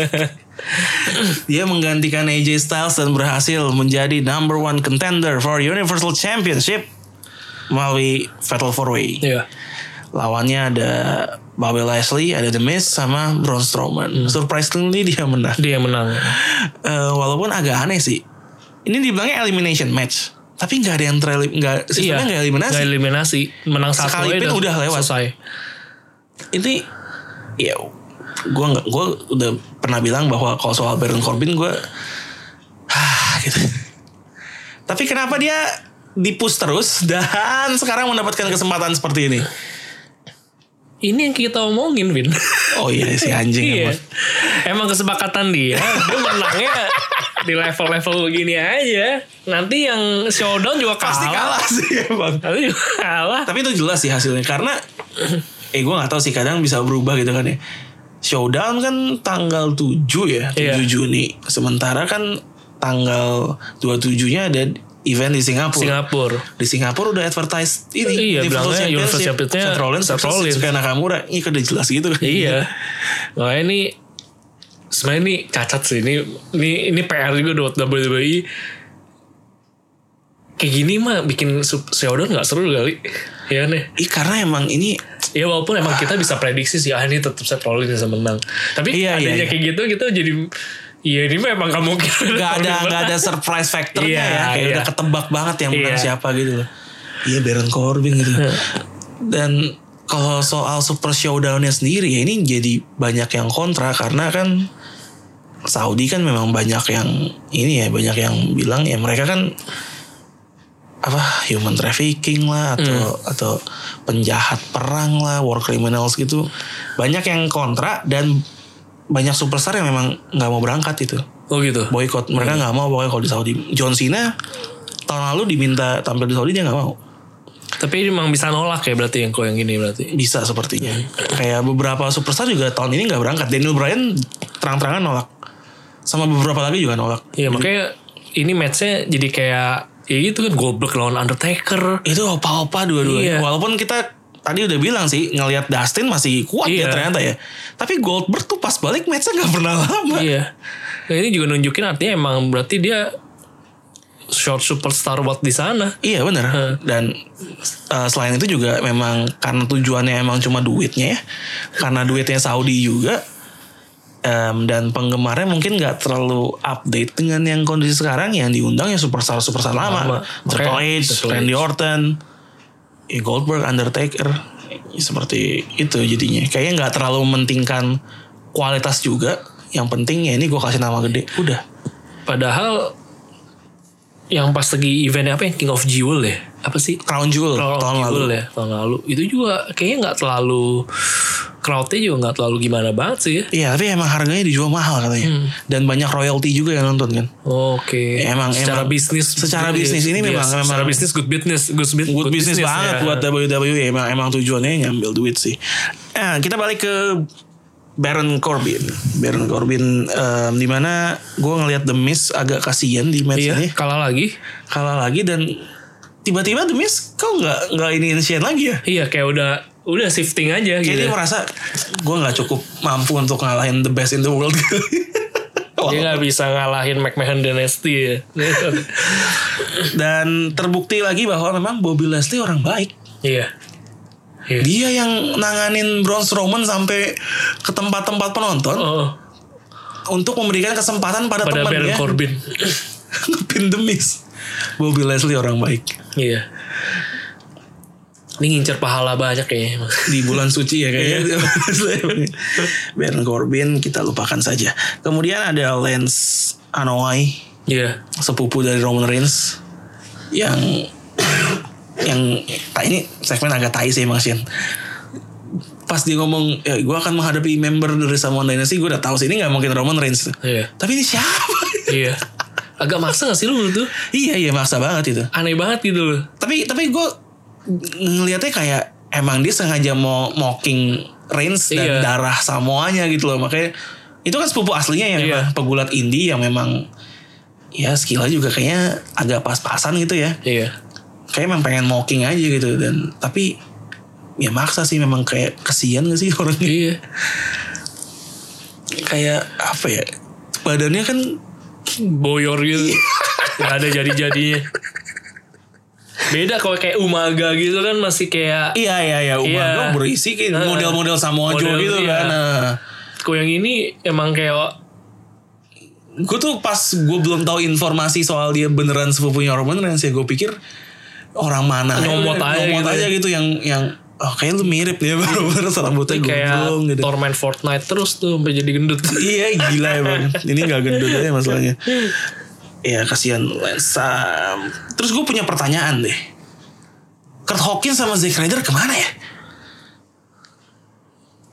Dia menggantikan AJ Styles dan berhasil menjadi number 1 contender for Universal Championship melalui Fatal 4-Way. Iya. Lawannya ada Bobby Lashley, ada The Miz sama Braun Strowman. Surprisingly dia menang. Walaupun agak aneh sih. Ini dibilangnya elimination match, tapi nggak ada yang sistemnya nggak eliminasi. Nggak eliminasi, menang satu sekali pun udah lewat. Selesai. Ini, ya, gue udah pernah bilang bahwa kalau soal Baron Corbin gue, gitu. Tapi kenapa dia di-push terus dan sekarang mendapatkan kesempatan seperti ini? ini yang kita omongin, Vin. Oh iya si anjing. Iya. Emang kesepakatan dia menangnya di level-level gini aja. Nanti yang showdown juga kalah. Pasti kalah sih emang. Tapi juga kalah. Tapi itu jelas sih hasilnya. Karena gue gak tahu sih, kadang bisa berubah gitu kan ya. Showdown kan tanggal 7 ya, 7 Juni. Sementara kan tanggal 27-nya ada event di Singapura. Di Singapura udah advertise ini. Iya, Universal Championship-nya Seth Rollins kayak Nakamura. Ini kan udah jelas gitu kan. Iya. Makanya ini sebenarnya ini cacat sih. Ini PR juga buat WWE. Kayak gini mah bikin showdown gak seru kali. Ya nih. Karena emang ini, ya walaupun emang kita bisa prediksi sih, ini tetap Seth Rollins yang menang. Tapi adanya kayak gitu kita jadi, iya ini memang gak mungkin. Gak ada surprise factornya ya. Kayak udah ketebak banget yang menang siapa gitu loh. Iya, Baron Corbin gitu. Dan kalau soal Super Showdown-nya sendiri ya, ini jadi banyak yang kontra. Karena kan Saudi kan memang banyak yang ini ya, banyak yang bilang ya mereka kan human trafficking lah atau penjahat perang lah, war criminals gitu. Banyak yang kontra dan banyak superstar yang memang nggak mau berangkat itu. Oh gitu. Boykot. Mereka nggak mau pokoknya kalau di Saudi. John Cena tahun lalu diminta tampil di Saudi, dia nggak mau. Tapi memang bisa nolak ya berarti yang gini berarti. Bisa sepertinya. Kayak beberapa superstar juga tahun ini nggak berangkat. Daniel Bryan terang-terangan nolak. Sama beberapa lagi juga nolak. Iya, makanya ini matchnya jadi kayak ya gitu kan, Goldberg lawan Undertaker. Itu opa-opa dua-duanya. Walaupun kita tadi udah bilang sih ngelihat Dustin masih kuat ya ternyata ya. Tapi Goldberg tuh pas balik matchnya gak pernah lama. Iya. Nah, ini juga nunjukin artinya emang berarti dia short superstar buat di sana. Iya benar. Dan selain itu juga memang karena tujuannya emang cuma duitnya ya. Karena duitnya Saudi juga. Dan penggemarnya mungkin gak terlalu update dengan yang kondisi sekarang. Yang diundang ya superstar lama. Triple H, Randy Orton, Goldberg, Undertaker. Seperti itu jadinya. Kayaknya gak terlalu mementingkan kualitas juga. Yang penting ya ini gue kasih nama gede. Udah. Padahal yang pas lagi eventnya apa yang King of Jewel ya? Apa sih? Crown Jewel tahun lalu ya. Tahun lalu. Itu juga kayaknya gak terlalu, crowdnya juga gak terlalu gimana banget sih ya. Iya, tapi emang harganya dijual mahal katanya. Dan banyak royalty juga yang nonton kan. Oke. Emang secara bisnis ini memang secara bisnis good business banget ya. Buat WWE. Emang tujuannya ngambil duit sih. Kita balik ke Baron Corbin, di mana gue ngelihat The Miz agak kasihan di match ini. Kalah lagi dan tiba-tiba The Miz kok nggak ini initiate lagi ya? Iya, kayak udah shifting aja. Kayak gitu. Dia merasa gue nggak cukup mampu untuk ngalahin the best in the world. Dia nggak bisa ngalahin McMahon Dynasty ya. Dan terbukti lagi bahwa memang Bobby Lashley orang baik. Iya. Dia yang nanganin Braun Strowman sampai ke tempat-tempat penonton untuk memberikan kesempatan pada temannya Baron Corbin ngepin The Miz. Bobby Lashley orang baik. Iya. Ini ngincer pahala banyak kayaknya di bulan suci ya kayaknya. Baron Corbin kita lupakan saja. Kemudian ada Lance Anoa'i. Iya. Sepupu dari Roman Reigns yang ini segmen agak tai sih emang Shin. Pas dia ngomong gue akan menghadapi member dari Samoan Dynasty, gue udah tahu sih ini gak mungkin Roman Reigns. Iya. Tapi ini siapa? Iya. Agak maksa gak sih lu tuh? Iya maksa banget itu. Aneh banget gitu loh. Tapi gue ngelihatnya kayak emang dia sengaja mau mocking Reigns dan darah Samoanya gitu loh. Makanya itu kan sepupu aslinya yang memang pegulat indie yang memang ya skillnya juga kayaknya agak pas-pasan gitu ya. Iya. Kayak emang pengen mocking aja gitu. Dan tapi ya maksa sih, memang kayak kesian gak sih orangnya. Iya. Kayak apa ya, badannya kan boyor gitu. Gak ada jadi-jadinya. Beda kalau kayak Umaga gitu kan masih kayak Iya Umaga berisi kayak model-model Samoa Joe gitu kan. Kok yang ini emang kayak, gue tuh pas gue belum tahu informasi soal dia beneran sepupunya Roman Reigns ya, gue pikir orang mana nyomot aja gitu yang kayak lu mirip dia baru rambutnya gondrong gitu. Torment Fortnite terus tuh sampai jadi gendut. Iya gila emang. Ini gak gendut aja masalahnya. Ya kasihan Lance. Terus gue punya pertanyaan deh. Kurt Hawkins sama Zack Ryder kemana ya?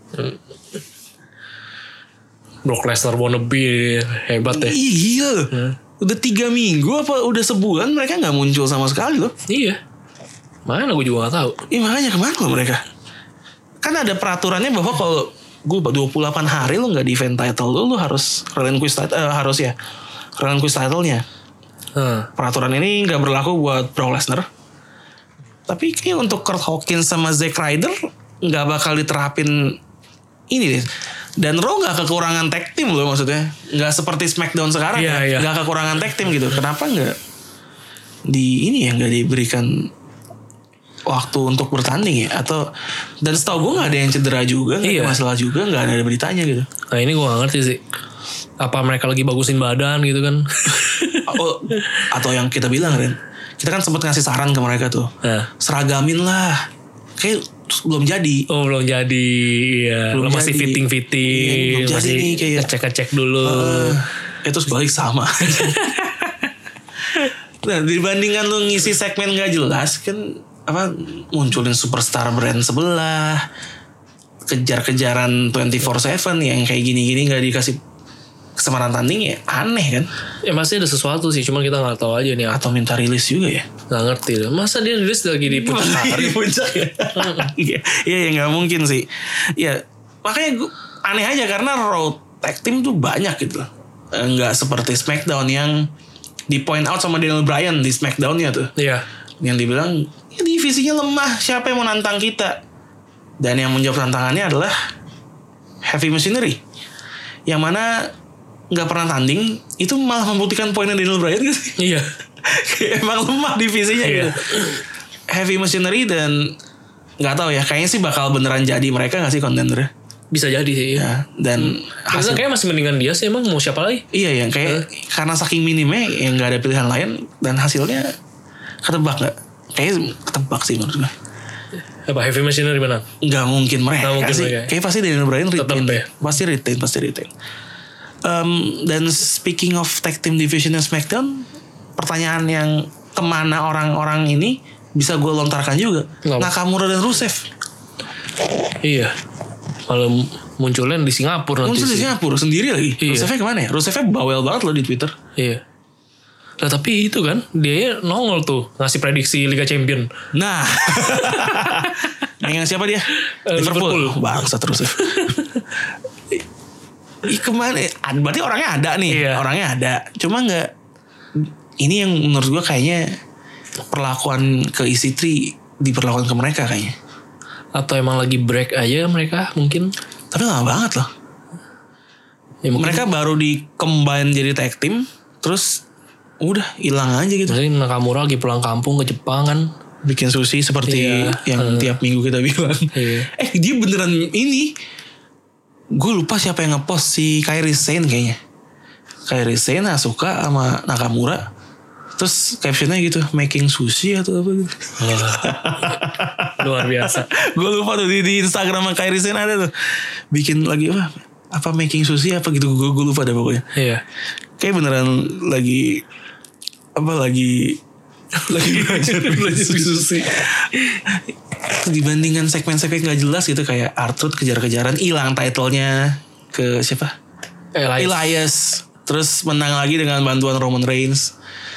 Brock Lesnar wannabe hebat ya. Iya. Udah 3 minggu apa udah sebulan mereka gak muncul sama sekali loh. Iya. Mana gue juga gak tahu. Iya makanya kemana loh mereka. Kan ada peraturannya bahwa kalau gue 28 hari lo gak di event title lo harus relinquish title-nya. Peraturan ini gak berlaku buat Brock Lesnar. Tapi kayak untuk Kurt Hawkins sama Zack Ryder gak bakal diterapin ini deh. Dan Raw gak kekurangan tag team loh maksudnya. Gak seperti SmackDown sekarang ya. Gak kekurangan tag team gitu. Kenapa gak gak diberikan waktu untuk bertanding ya? Atau dan setahu gue gak ada yang cedera juga, gak ada masalah juga, gak ada beritanya gitu. Nah ini gue gak ngerti sih. Apa mereka lagi bagusin badan gitu kan? Atau yang kita bilang Ren, kita kan sempat ngasih saran ke mereka tuh, seragamin lah. Kayak belum jadi. Oh belum jadi. Iya. Belum masih jadi. Fitting. Iya, masih nih, kayak ngecek dulu. Itu sebalik sama. Nah dibandingkan lu ngisi segmen gak jelas kan, apa munculin superstar brand sebelah, kejar-kejaran 24/7 yang kayak gini-gini gak dikasih kesempatan tanding ya aneh kan. Ya masih ada sesuatu sih, cuma kita gak tahu aja nih. Atau minta rilis juga ya. Gak ngerti lah. Masa dia rilis lagi di puncak hari. Di puncak ya. Iya gak mungkin sih. Ya makanya gue aneh aja karena Raw tag team tuh banyak gitu. Gak seperti SmackDown yang di point out sama Daniel Bryan di SmackDown-nya tuh. Iya. Yang dibilang divisinya lemah, siapa yang mau nantang kita? Dan yang menjawab tantangannya adalah Heavy Machinery, yang mana nggak pernah tanding, itu malah membuktikan poinnya Daniel Bryan gitu. Iya. Emang lemah divisinya gitu. Heavy Machinery dan nggak tahu ya, kayaknya sih bakal beneran jadi mereka nggak sih kontendernya? Bisa jadi sih. Ya, dan hasil kayaknya masih mendingan dia sih, emang mau siapa lagi? Iya yang kayak karena saking minimnya yang nggak ada pilihan lain dan hasilnya ketebak nggak? Kayaknya ketebak sih menurut gue. Apa Heavy Machinery mana? Nggak mungkin mereka sih. Kayak pasti Daniel Bryan retain. Ya? Pasti retain. Dan speaking of tag team division SmackDown, pertanyaan yang kemana orang-orang ini bisa gue lontarkan juga. Nakamura dan Rusev. Iya. Kalau munculnya di Singapura nanti. Muncul di Singapura sendiri lagi. Iya. Rusevnya kemana ya? Rusevnya bawel banget loh di Twitter. Iya. Nah tapi itu kan dia nongol tuh ngasih prediksi Liga Champion. Nah. Yang siapa dia? Liverpool. Bangsa terus. Kemana? Berarti orangnya ada nih. Iya. Orangnya ada. Cuma gak. Ini yang menurut gue kayaknya perlakuan ke EC3 diperlakukan ke mereka kayaknya. Atau emang lagi break aja mereka mungkin. Tapi lama banget loh. Ya, mereka baru di-combine jadi tag team. Terus udah hilang aja gitu. Maksudnya Nakamura lagi pulang kampung ke Jepang kan. Bikin sushi seperti yang tiap minggu kita bilang. Iya. Dia beneran ini. Gue lupa siapa yang ngepost, si Kairi Sane kayaknya. Kairi Sane suka sama Nakamura. Terus captionnya gitu, making sushi atau apa gitu. Luar biasa. Gue lupa tuh di Instagram Kairi Sane ada tuh. Bikin lagi apa making sushi apa gitu. Gue lupa deh pokoknya. Iya. Kayak beneran lagi belajar sushi. Dibandingkan segmen-segmen gak jelas gitu kayak R-Truth kejar-kejaran hilang title-nya ke siapa? Elias. Terus menang lagi dengan bantuan Roman Reigns.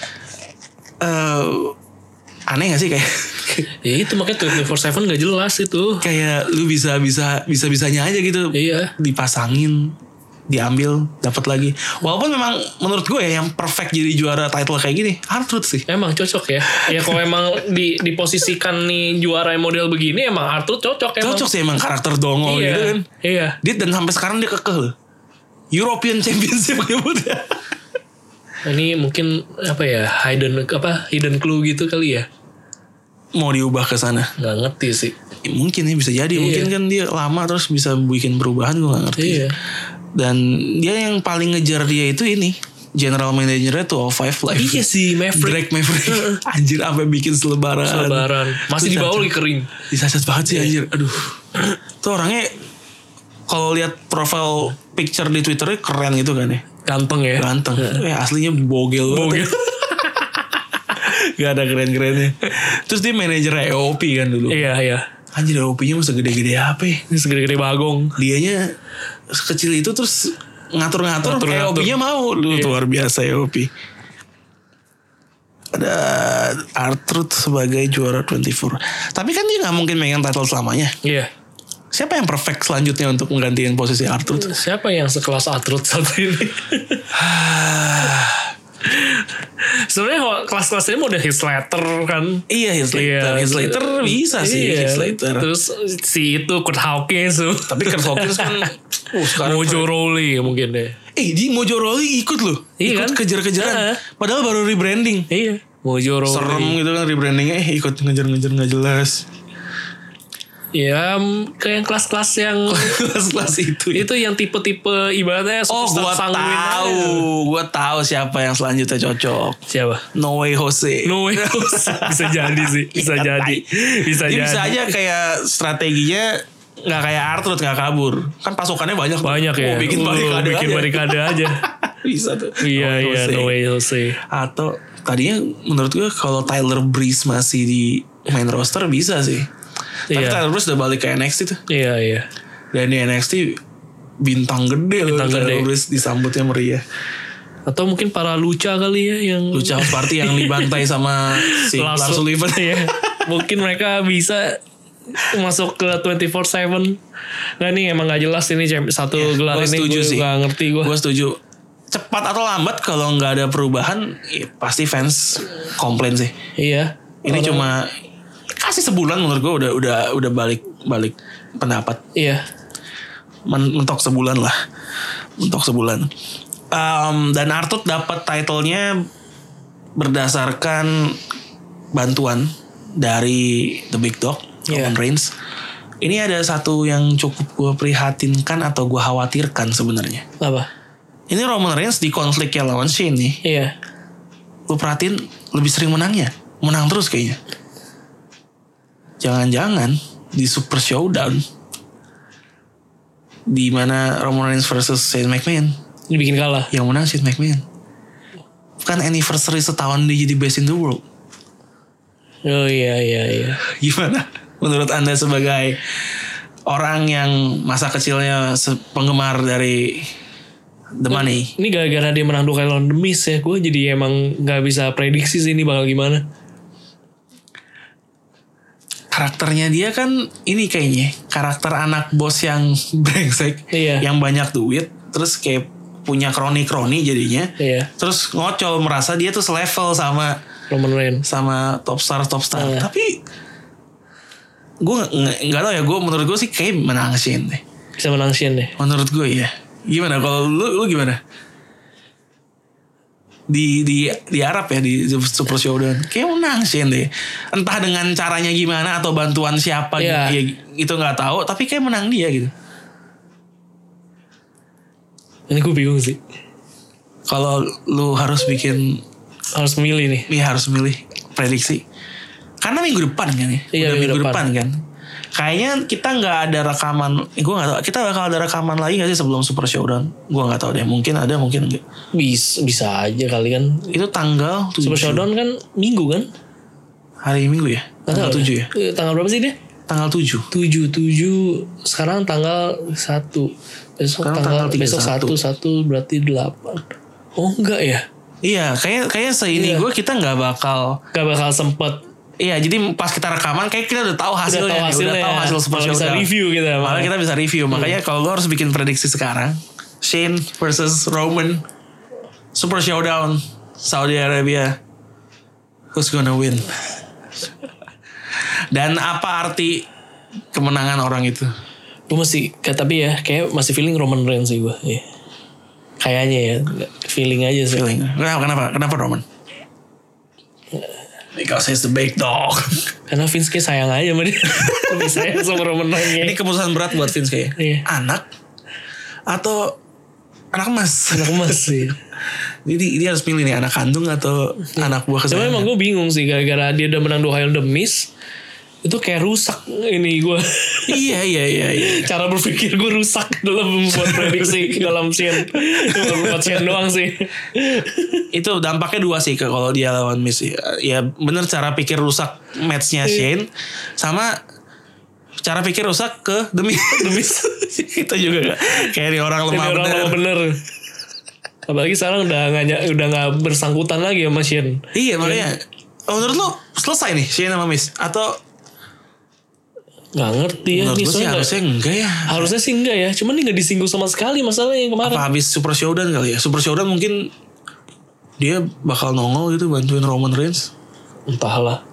Aneh gak sih kayak? Ya itu makanya 24/7 gak jelas itu. Kayak lu bisa-bisanya aja gitu. Iya. Dipasangin, diambil, dapat lagi. Walaupun memang menurut gue ya yang perfect jadi juara title kayak gini R-Truth sih. Emang cocok ya. Ya kalau emang diposisikan nih juara model begini emang R-Truth cocok emang. Cocok sih emang karakter dongol gitu kan. Iya. Dia dan sampai sekarang dia kekeh loh. European Championship nyebutnya. Ini mungkin apa ya hidden clue gitu kali ya. Mau diubah ke sana. Gak ngerti sih. Mungkin ya bisa jadi. Iya. Mungkin kan dia lama terus bisa bikin perubahan gue gak ngerti. Iya. Dan dia yang paling ngejar dia itu ini general manajernya tuh 205 Live. Iya sih Maverick. Anjir sampai bikin selebaran. Masih di bawah lagi kering. Disasat banget sih anjir. Aduh. Tuh orangnya kalau lihat profile picture di Twitternya keren gitu kan ya. Ganteng ya. Aslinya bogel. Gak ada keren-kerennya. Terus dia manajer EOP kan dulu. Iya. Anjir OP-nya masa gede-gede apa ya? Segede-gede bagong. Dianya sekecil itu terus ngatur-ngatur kayak OP-nya mau. Lu luar biasa ya OP. Ada R-Truth sebagai juara 24. Tapi kan dia gak mungkin megang title selamanya. Iya. Siapa yang perfect selanjutnya untuk menggantikan posisi R-Truth? Siapa yang sekelas R-Truth saat ini? Sebenarnya kelas-kelas ini model Heath Slater kan. Iya Heath Slater bisa sih. Heath Slater. Terus si itu Kurt Hawkins tuh. Tapi Kurt Hawkins kan Mojo Rawley mungkin deh. Di Mojo Rawley ikut loh. Iya ikut kan? Kejar-kejaran. Padahal baru rebranding. Iya. Mojo Rawley. Serem gitu kan rebrandingnya. Ikut ngejar-ngejar gak jelas. Ya kayak kelas-kelas yang kelas-kelas itu yang tipe-tipe ibaratnya gua tahu siapa yang selanjutnya cocok. Siapa? No Way Jose. Bisa jadi sih. Bisa jadi. Bisa aja kayak strateginya nggak kayak R-Truth, nggak kabur. Kan pasukannya banyak ya. Bikin barikade aja. Bisa tuh. Iya No Way Jose. Atau tadinya menurut gue kalau Tyler Breeze masih di main roster bisa sih. Tapi Tyler Breeze udah balik ke NXT tuh. Iya. Dan di NXT bintang gede loh. Tyler Breeze disambutnya meriah. Atau mungkin para Lucha kali ya yang Lucha Party yang dibantai sama si Lars Sullivan. Iya. Mungkin mereka bisa masuk ke 24/7. Nah ini emang gak jelas ini satu gelar ini. Gue gak ngerti gue. Gue setuju. Cepat atau lambat kalau gak ada perubahan ya pasti fans komplain sih. Iya. Ini cuma kasih sebulan menurut gue udah balik pendapat. Iya. Mentok sebulan lah. Dan R-Truth dapat title-nya berdasarkan bantuan dari The Big Dog, Roman Reigns. Ini ada satu yang cukup gue prihatinkan atau gue khawatirkan sebenarnya. Apa? Ini Roman Reigns di konfliknya lawan Shane nih. Iya. Gue perhatiin lebih sering menang terus kayaknya. Jangan-jangan di Super Showdown di mana Roman Reigns versus Shane McMahon dibikin kalah. Yang menang Shane McMahon. Kan anniversary setahun dia jadi best in the world. Oh iya. Gimana menurut Anda sebagai orang yang masa kecilnya penggemar dari The Money? Ini gara-gara dia menang 2 kali lawan The Miz ya. Gue jadi emang gak bisa prediksi sih ini bakal gimana. Karakternya dia kan ini kayaknya karakter anak bos yang brengsek, yang banyak duit, terus kayak punya kroni-kroni jadinya, terus ngocol merasa dia tuh selevel sama Roman Reigns, sama top star. Tapi gue nggak tahu ya, menurut gue sih kayak menang Shane deh. Bisa menang Shane deh. Menurut gue ya. Gimana kalau lu gimana? Di Arab ya di Super Showdown kayak menang Shane deh, entah dengan caranya gimana atau bantuan siapa gitu ya, itu nggak tahu, tapi kayak menang dia gitu. Ini gue bingung sih kalau lu harus milih nih. Iya harus milih prediksi karena minggu depan kan ya. Iya, minggu depan kan kayaknya kita nggak ada rekaman. Gue nggak tahu kita bakal ada rekaman lagi nggak sih sebelum Super Showdown. Gue nggak tahu deh, mungkin ada mungkin enggak. Bisa aja kali kan. Itu tanggal 7. Super Showdown kan minggu kan, hari Minggu ya, tanggal 7 ya. Tanggal berapa sih dia? Tanggal 7. Sekarang tanggal 1. Besok tanggal 1 berarti 8. Oh enggak ya? Iya, kayak seini gue kita nggak bakal sempet. Iya, jadi pas kita rekaman kayak kita udah tahu hasilnya. Udah tahu hasil Super Showdown. Bisa review kita. Malah kita bisa review. Makanya kalau lo harus bikin prediksi sekarang, Shane versus Roman Super Showdown Saudi Arabia, who's gonna win? Dan apa arti kemenangan orang itu? Gue masih tapi ya kayak masih feeling Roman Reigns sih gue. Ya. Kayaknya ya, feeling aja sih. Feeling. Kenapa Roman? Because he's the big dog. Karena Vince kayak sayang aja sama dia. Lebih sayang sama Roman Reigns. Ini keputusan berat buat Vince kayak. Iya. Anak atau anak emas? Anak emas sih. Jadi dia harus pilih nih, anak kandung atau anak buah kesayangan. Cuma emang gue bingung sih gara-gara dia udah menang 2 kali The Miz. Itu kayak rusak ini gue. Iya. Cara berpikir gue rusak dalam membuat prediksi dalam Shane. Cuma buat Shane doang sih. Itu dampaknya 2 sih kalau dia lawan Miz. Ya bener cara pikir rusak matchnya Shane. Sama cara pikir rusak ke demi itu juga kayak orang lemah bener. Apalagi sekarang udah nggak bersangkutan lagi sama Shane. Iya makanya. Menurut lo selesai nih Shane sama Miz atau nggak ngerti ya? Menurut gue sih harusnya enggak ya. Harusnya sih enggak ya. Cuman ini nggak disinggung sama sekali masalahnya yang kemarin. Apa habis Super Showdown kali ya? Super Showdown mungkin dia bakal nongol gitu bantuin Roman Reigns. Entahlah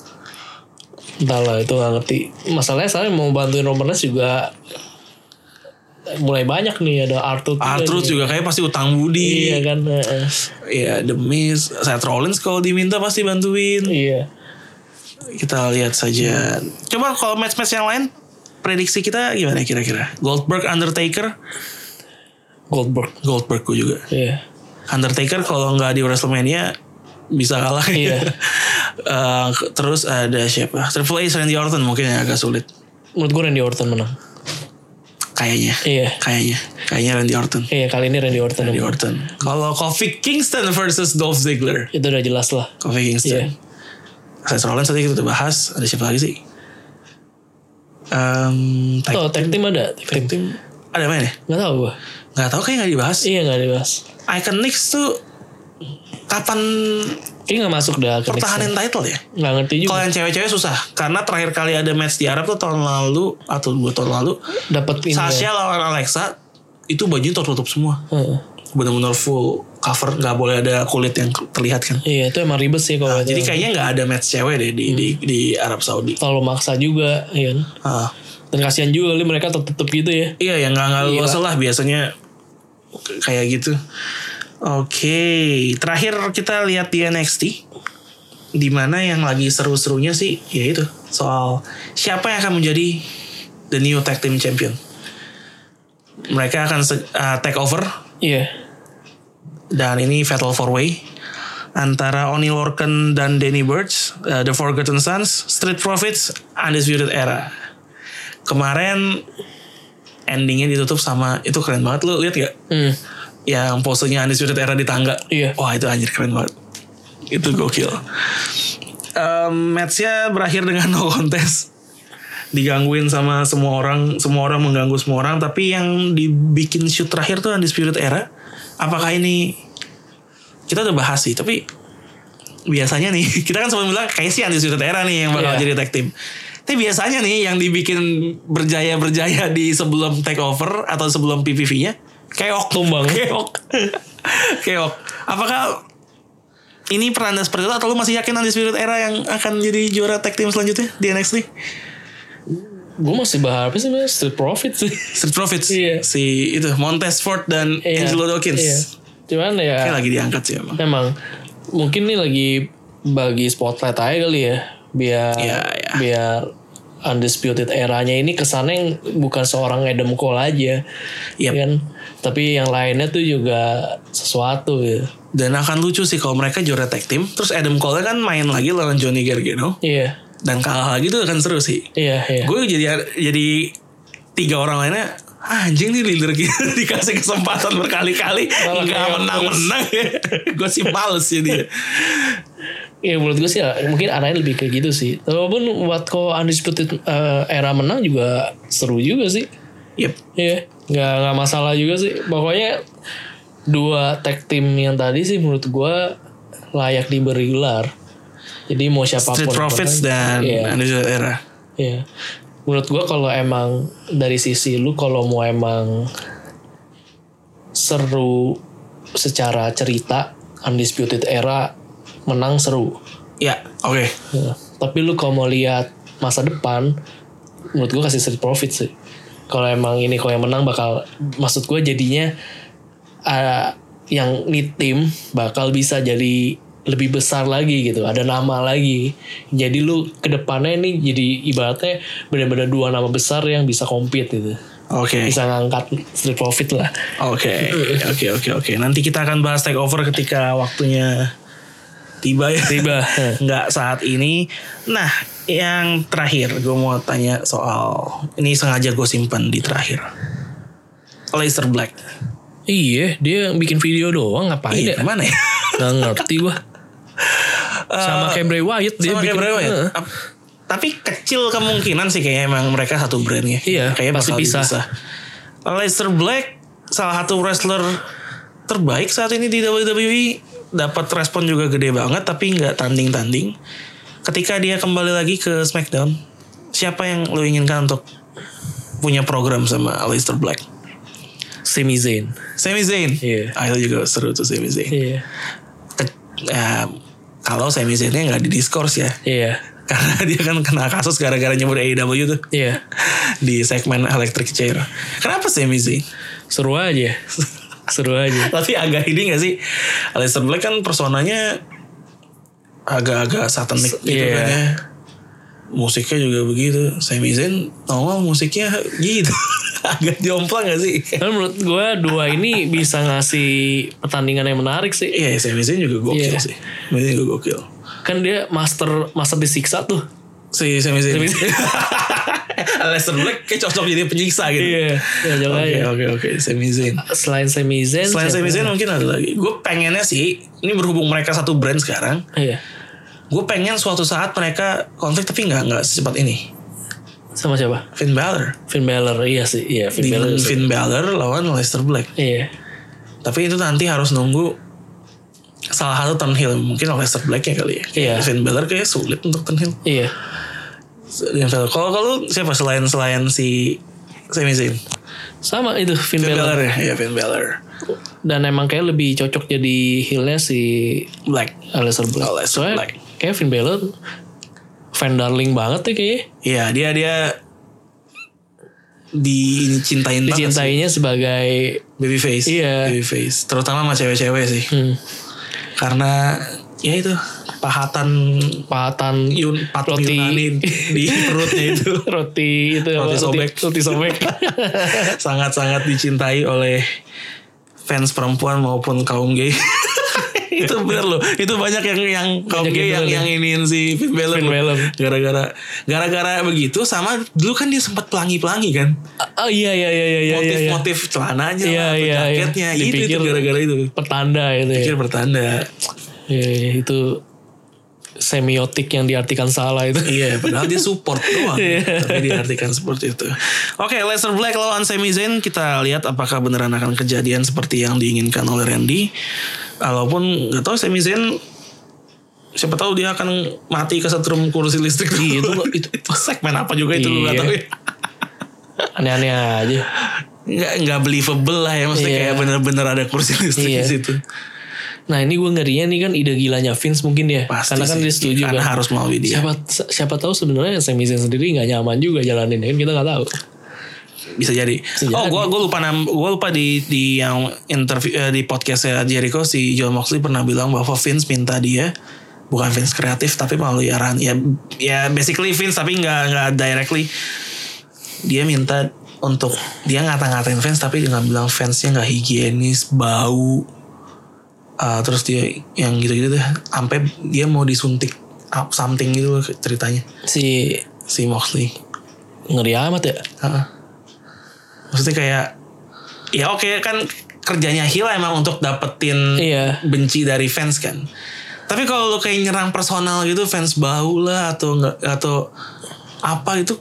itu nggak ngerti. Masalahnya saya mau bantuin Roman Reigns juga mulai banyak nih, ada R-Truth juga kayak pasti utang budi. Iya kan. Iya, The Miz, Seth Rollins kalau diminta pasti bantuin. Iya. Kita lihat saja. Coba kalau match-match yang lain, prediksi kita gimana kira-kira? Goldberg, Undertaker. Goldberg juga. Iya. Undertaker kalau nggak di WrestleMania bisa kalah. Iya. Terus ada siapa? Triple H, Randy Orton mungkin yang agak sulit. Menurut gue Randy Orton menang. Kayaknya. Iya. Kayaknya Randy Orton. Iya, kali ini Randy Orton. Kalau Kofi Kingston versus Dolph Ziggler, itu udah jelas lah. Kofi Kingston. Iya. Seth Rollins tadi kita udah bahas. Ada siapa lagi sih? Tag team ada. Tag team. Ada mana ya? Gak tau gue. Gak tau kayak gak dibahas. Iya gak dibahas. Iconics tuh kapan kayaknya gak masuk dah pertahanin title ya? Gak ngerti juga. Kalau yang cewek-cewek susah. Karena terakhir kali ada match di Arab tuh tahun lalu atau 2 tahun lalu dapat Sasha lawan Alexa itu bajunya tertutup semua. Benar-benar full cover, gak boleh ada kulit yang terlihat kan. Iya itu emang ribet sih kalau jadi kayaknya gak ada match cewek deh di Arab Saudi. Kalau maksa juga ya kan. Dan kasihan juga kali mereka tetep gitu ya. Iya yang gak luas lah biasanya kayak gitu. Oke, terakhir kita lihat di NXT, di mana yang lagi seru-serunya sih, yaitu soal siapa yang akan menjadi the new tag team champion. Mereka akan take over. Iya. Dan ini Fatal 4-Way antara Oney Lorcan dan Danny Burch, The Forgotten Sons, Street Profits, Undisputed Era. Kemarin endingnya ditutup sama itu keren banget, lu lihat gak? Yang posenya Undisputed Era di tangga. Iya. Wah itu anjir keren banget. Itu gokil. Matchnya berakhir dengan no contest. Digangguin sama semua orang mengganggu semua orang. Tapi yang dibikin shoot terakhir tuh Undisputed Era. Apakah ini kita udah bahas sih. Tapi biasanya nih kita kan sempat bilang kayak sih Undisputed Era nih yang bakal jadi tag team. Tapi biasanya nih yang dibikin berjaya di sebelum takeover atau sebelum PPV-nya keok tumbang. Keok. Apakah ini peranda seperti itu atau lu masih yakin Undisputed Era yang akan jadi juara tag team selanjutnya di NXT? Gue masih berharap sih Street Profits sih. Street Profits. Iya. Si itu Montez Ford dan Angelo Dawkins. Iya. Cuman ya kayak lagi diangkat sih emang. Emang mungkin nih lagi bagi spotlight aja kali ya. Biar Undisputed Eranya ini kesannya bukan seorang Adam Cole aja. Kan? Tapi yang lainnya tuh juga sesuatu gitu. Dan akan lucu sih kalau mereka juara tag team, terus Adam Cole kan main lagi lawan Johnny Gargano. Iya. Dan kalah lagi tuh akan seru sih. Iya. Gue jadi 3 orang lainnya, anjing nih leader kita dikasih kesempatan berkali-kali nggak menang-menang. Gue sih males sih dia. Ya menurut gue sih mungkin arahnya lebih kayak gitu sih. Walaupun buat kok Undisputed Era menang juga seru juga sih. Iya, nggak masalah juga sih. Pokoknya 2 tag team yang tadi sih menurut gue layak diberi gelar. Jadi mau siapapun. Street Profits dan Undisputed Era. Iya. Menurut gue kalau emang dari sisi lu kalau mau emang seru secara cerita, Undisputed Era menang seru. Ya, oke. Ya, tapi lu kalau mau lihat masa depan, menurut gue kasih Street Profits sih. Kalau emang ini kalau yang menang bakal, maksud gue jadinya yang ini tim bakal bisa jadi lebih besar lagi gitu, ada nama lagi. Jadi lu kedepannya ini jadi ibaratnya benar-benar 2 nama besar yang bisa compete gitu. Oke. Bisa ngangkat Street Profit lah. Oke. Nanti kita akan bahas takeover ketika waktunya tiba ya. Nggak saat ini. Nah, yang terakhir gue mau tanya soal ini, sengaja gue simpan di terakhir. Aleister Black. Iya, dia bikin video doang, ngapain ya? Kemana ya? Nggak ngerti gue. Sama kayak Bray Wyatt dia sama bikin. Kayak Bray Wyatt. Tapi kecil kemungkinan sih kayaknya emang mereka satu brand ya. Iya, kayaknya pasti bisa. Aleister Black salah satu wrestler terbaik saat ini di WWE, dapat respon juga gede banget tapi nggak tanding-tanding. Ketika dia kembali lagi ke SmackDown, siapa yang lo inginkan untuk punya program sama Aleister Black? Sami Zayn. Iya. Itu juga seru tuh Sami Zayn. Iya. Kalau Sami Zayn-nya nggak di discourse ya. Iya. Karena dia kan kena kasus gara-gara nyebut AEW tuh. Iya. Di segmen Electric Chair. Kenapa Sami Zayn? Seru aja. Tapi agak ini gak sih, Aleister Black kan personanya agak-agak satanik gitu kan ya. Musiknya juga begitu. Sami Zayn nongol musiknya gitu. Agak jomplang gak sih? Kan menurut gue dua ini bisa ngasih pertandingan yang menarik sih. Iya, Sami Zayn juga gokil sih. Sami Zayn juga gokil. Kan dia master disiksa tuh. Si Sami Zayn. Aleister Black kayak cocok jadi penyiksa gitu. Iya. Oke. Sami Zayn. Selain Sami Zayn mungkin ada lagi. Gue pengennya sih, ini berhubung mereka satu brand sekarang. Iya. Gue pengen suatu saat mereka konflik tapi nggak secepat ini. Sama siapa? Finn Balor. Iya sih. Iya. Finn Balor lawan Aleister Black. Iya. Tapi itu nanti harus nunggu salah satu turn heel. Mungkin Aleister Black ya kali ya. Iya. Finn Balor kayak sulit untuk turn heel. Iya. Kalau siapa selain si Sami Zayn? Sama itu Finn Balor ya. Iya, Finn Balor. Dan emang kayak lebih cocok jadi heel-nya si Black. Aleister Black. Kayak Finn Balor fan darling banget ya kayaknya. Iya, dia dicintainya sebagai babyface. Iya. Babyface. Terutama sama cewek-cewek sih. Karena ya itu pahatan roti Yunani di perutnya itu. roti sobek. Sangat-sangat dicintai oleh fans perempuan maupun kaum gay. Itu bener loh. Itu banyak yang kaum gay yang iniin si Finn Balor. Gara-gara begitu, sama dulu kan dia sempat pelangi-pelangi kan. Iya. Motif celananya atau jaketnya. Itu gara-gara itu. Pertanda itu ya. Pikir pertanda. Iya, itu semiotik yang diartikan salah itu. Iya, padahal dia support doang. Tapi diartikan seperti itu. Oke, Aleister Black lawan Sami Zayn. Kita lihat apakah beneran akan kejadian seperti yang diinginkan oleh Randy. Walaupun gak tahu Sami Zayn, siapa tahu dia akan mati kesetrum kursi listrik. Itu segmen apa juga itu gak tahu ya. Aneh-aneh aja. Nggak believable lah ya. Maksudnya kayak bener-bener ada kursi listrik di situ. Nah ini gue ngerinya nih kan ide gilanya Vince mungkin ya. Pasti karena kan dia setuju kan. Harus melalui dia. Siapa tahu sebenarnya Sami Zayn sendiri gak nyaman juga jalanin kan, kita gak tahu. Bisa jadi. Gue lupa di yang interview di podcastnya Jericho, si John Moxley pernah bilang bahwa Vince minta dia, bukan Vince kreatif tapi melalui arahan ya basically Vince tapi nggak directly, dia minta untuk dia ngata-ngatain fans tapi dengan bilang fansnya nggak higienis, bau. Terus dia yang gitu-gitu deh, sampai dia mau disuntik something gitu ceritanya. Si Moxley. Ngeri amat ya. Maksudnya kayak ya oke, kan kerjanya heel emang untuk dapetin benci dari fans kan. Tapi kalau lo kayak nyerang personal gitu, fans bau lah atau apa itu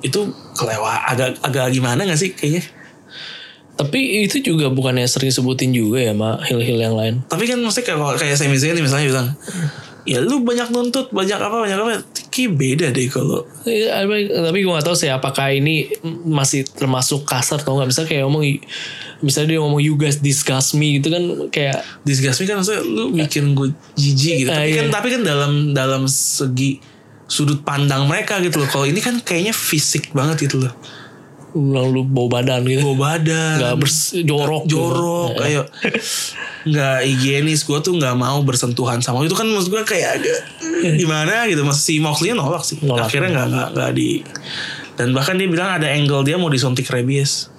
agak gimana nggak sih kayaknya. Tapi itu juga bukannya sering sebutin juga ya sama heel-heel yang lain. Tapi kan maksudnya kalau kayak Sami Zayn misalnya bilang, ya lu banyak nuntut, banyak apa. Kayak beda deh kalau. Tapi gue gak tahu sih apakah ini masih termasuk kasar atau gak. Misalnya dia ngomong you guys disgust me gitu kan, kayak disgust me kan maksudnya lu bikin gue jijik gitu. Tapi kan dalam segi sudut pandang mereka gitu loh. Kalau ini kan kayaknya fisik banget gitu loh. Lu bau badan gitu. Gak jorok kayak gak higienis. Gue tuh gak mau bersentuhan sama itu kan. Maksud gue kayak agak gimana gitu. Si Moxley nolak sih. Akhirnya gak di. Dan bahkan dia bilang ada angle dia mau disuntik rabies.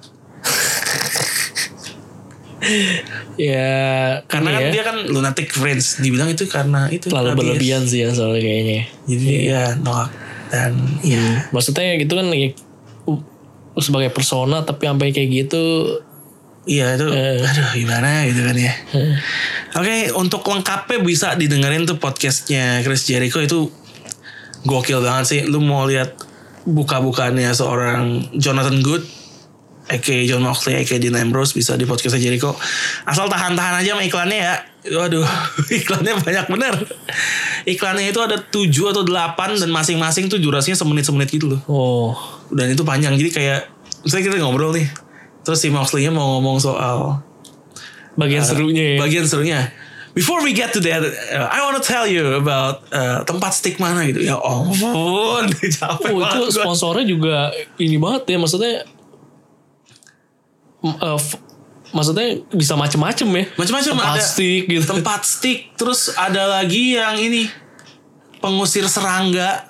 Ya karena kan dia kan lunatic fringe. Dibilang itu karena itu terlalu berlebihan sih ya soalnya kayaknya. Jadi ya nolak. Dan maksudnya gitu kan sebagai persona tapi sampai kayak gitu. Iya itu aduh gimana gitu kan ya. Oke, untuk lengkapnya bisa didengerin tuh podcastnya Chris Jericho itu gokil banget sih. Lu mau lihat buka-bukaannya seorang Jonathan Good, aka Jon Moxley, aka Dean Ambrose, bisa di podcast Jericho. Asal tahan-tahan aja sama iklannya ya. Waduh, iklannya banyak bener. Iklannya itu ada 7 atau 8 dan masing-masing tuh durasinya semenit-semenit gitu loh. Oh. Dan itu panjang, jadi kayak misalnya kita ngobrol nih, terus si Moxley-nya mau ngomong soal bagian serunya ya. Bagian serunya. Before we get to that, I want to tell you about tempat steak mana gitu. Ya ampun, capek banget. Itu sponsornya juga ini banget ya, maksudnya maksudnya bisa macem-macem ya. Macem-macem tempat ada steak gitu. Tempat steak, terus ada lagi yang ini pengusir serangga.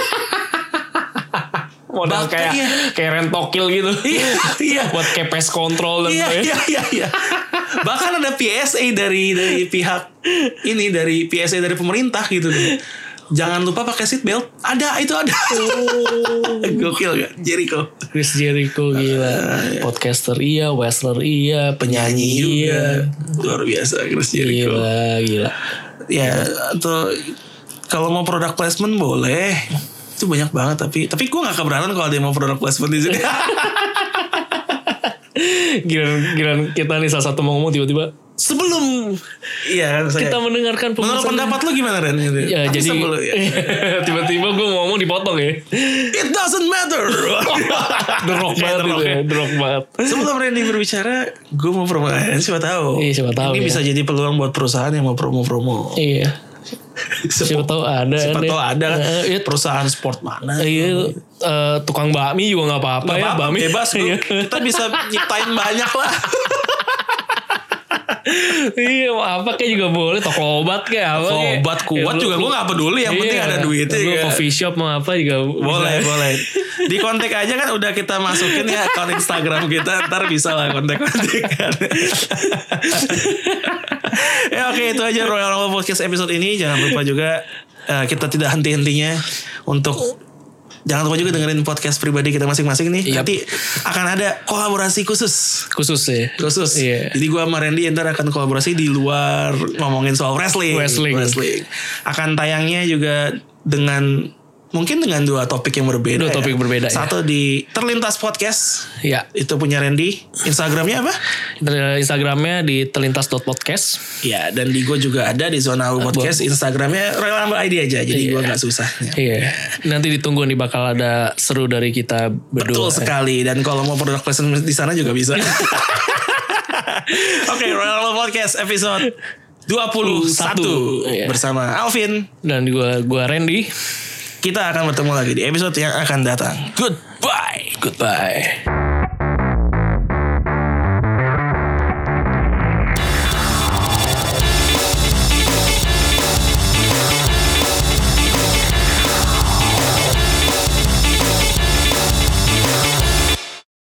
Modal kayak rentokil gitu. Iya. Buat kayak pest control dan Iya. Bahkan ada PSA dari pihak ini, dari PSA dari pemerintah gitu. Jangan lupa pakai seat belt. Itu ada. Gokil gak? Jericho. Chris Jericho gila. Podcaster iya, wrestler iya, penyanyi juga. Luar biasa Chris Jericho. Gila. Ya, atau kalau mau product placement boleh. Itu banyak banget, tapi gue gak keberatan kalau ada yang mau product placement di sini. Giliran kita nih salah satu mau ngomong tiba-tiba sebelum kita mendengarkan menurut pendapat lu gimana Ren? Ya, jadi tiba-tiba gue mau ngomong dipotong ya. It doesn't matter. The Rock banget. Sebelum Randy berbicara, gue mau promo. Siapa tahu. Iya, siapa tahu. Ini bisa jadi peluang buat perusahaan yang mau promo-promo. Iya. Siapa tahu ada kan perusahaan sport mana. Iya, tukang bakmi juga nggak apa-apa ya. Bakmi bebas bro. Kita bisa nyiptain banyak lah. Iya, apa kayak juga boleh. Toko obat kayak apa. Toko obat kuat juga gue gak peduli. Yang penting ada duitnya. Coffee shop mau apa juga boleh. Di kontak aja kan udah kita masukin ya akun Instagram kita. Ntar bisa lah kontak-kontak kan. Ya oke, itu aja Royal Rumble Podcast episode ini. Jangan lupa juga kita tidak henti-hentinya untuk jangan lupa juga dengerin podcast pribadi kita masing-masing nih. Nanti akan ada kolaborasi khusus ya. Yeah. Jadi gue sama Randy ntar akan kolaborasi di luar ngomongin soal wrestling. Akan tayangnya juga mungkin dengan 2 topik yang berbeda. Berbeda. Satu di Terlintas Podcast. Ya. Itu punya Randy. Instagramnya apa? Instagramnya di terlintas.podcast. Ya, dan di gue juga ada di Zona U Podcast. Instagramnya Royal Rumble ID aja. Jadi gue gak susah. Iya. Nanti ditunggu nih bakal ada seru dari kita berdua. Betul sekali. Dan kalau mau product placement di sana juga bisa. Oke, Royal Rumble Podcast episode 21 bersama Alvin dan gue Randy. Kita akan bertemu lagi di episode yang akan datang. Goodbye.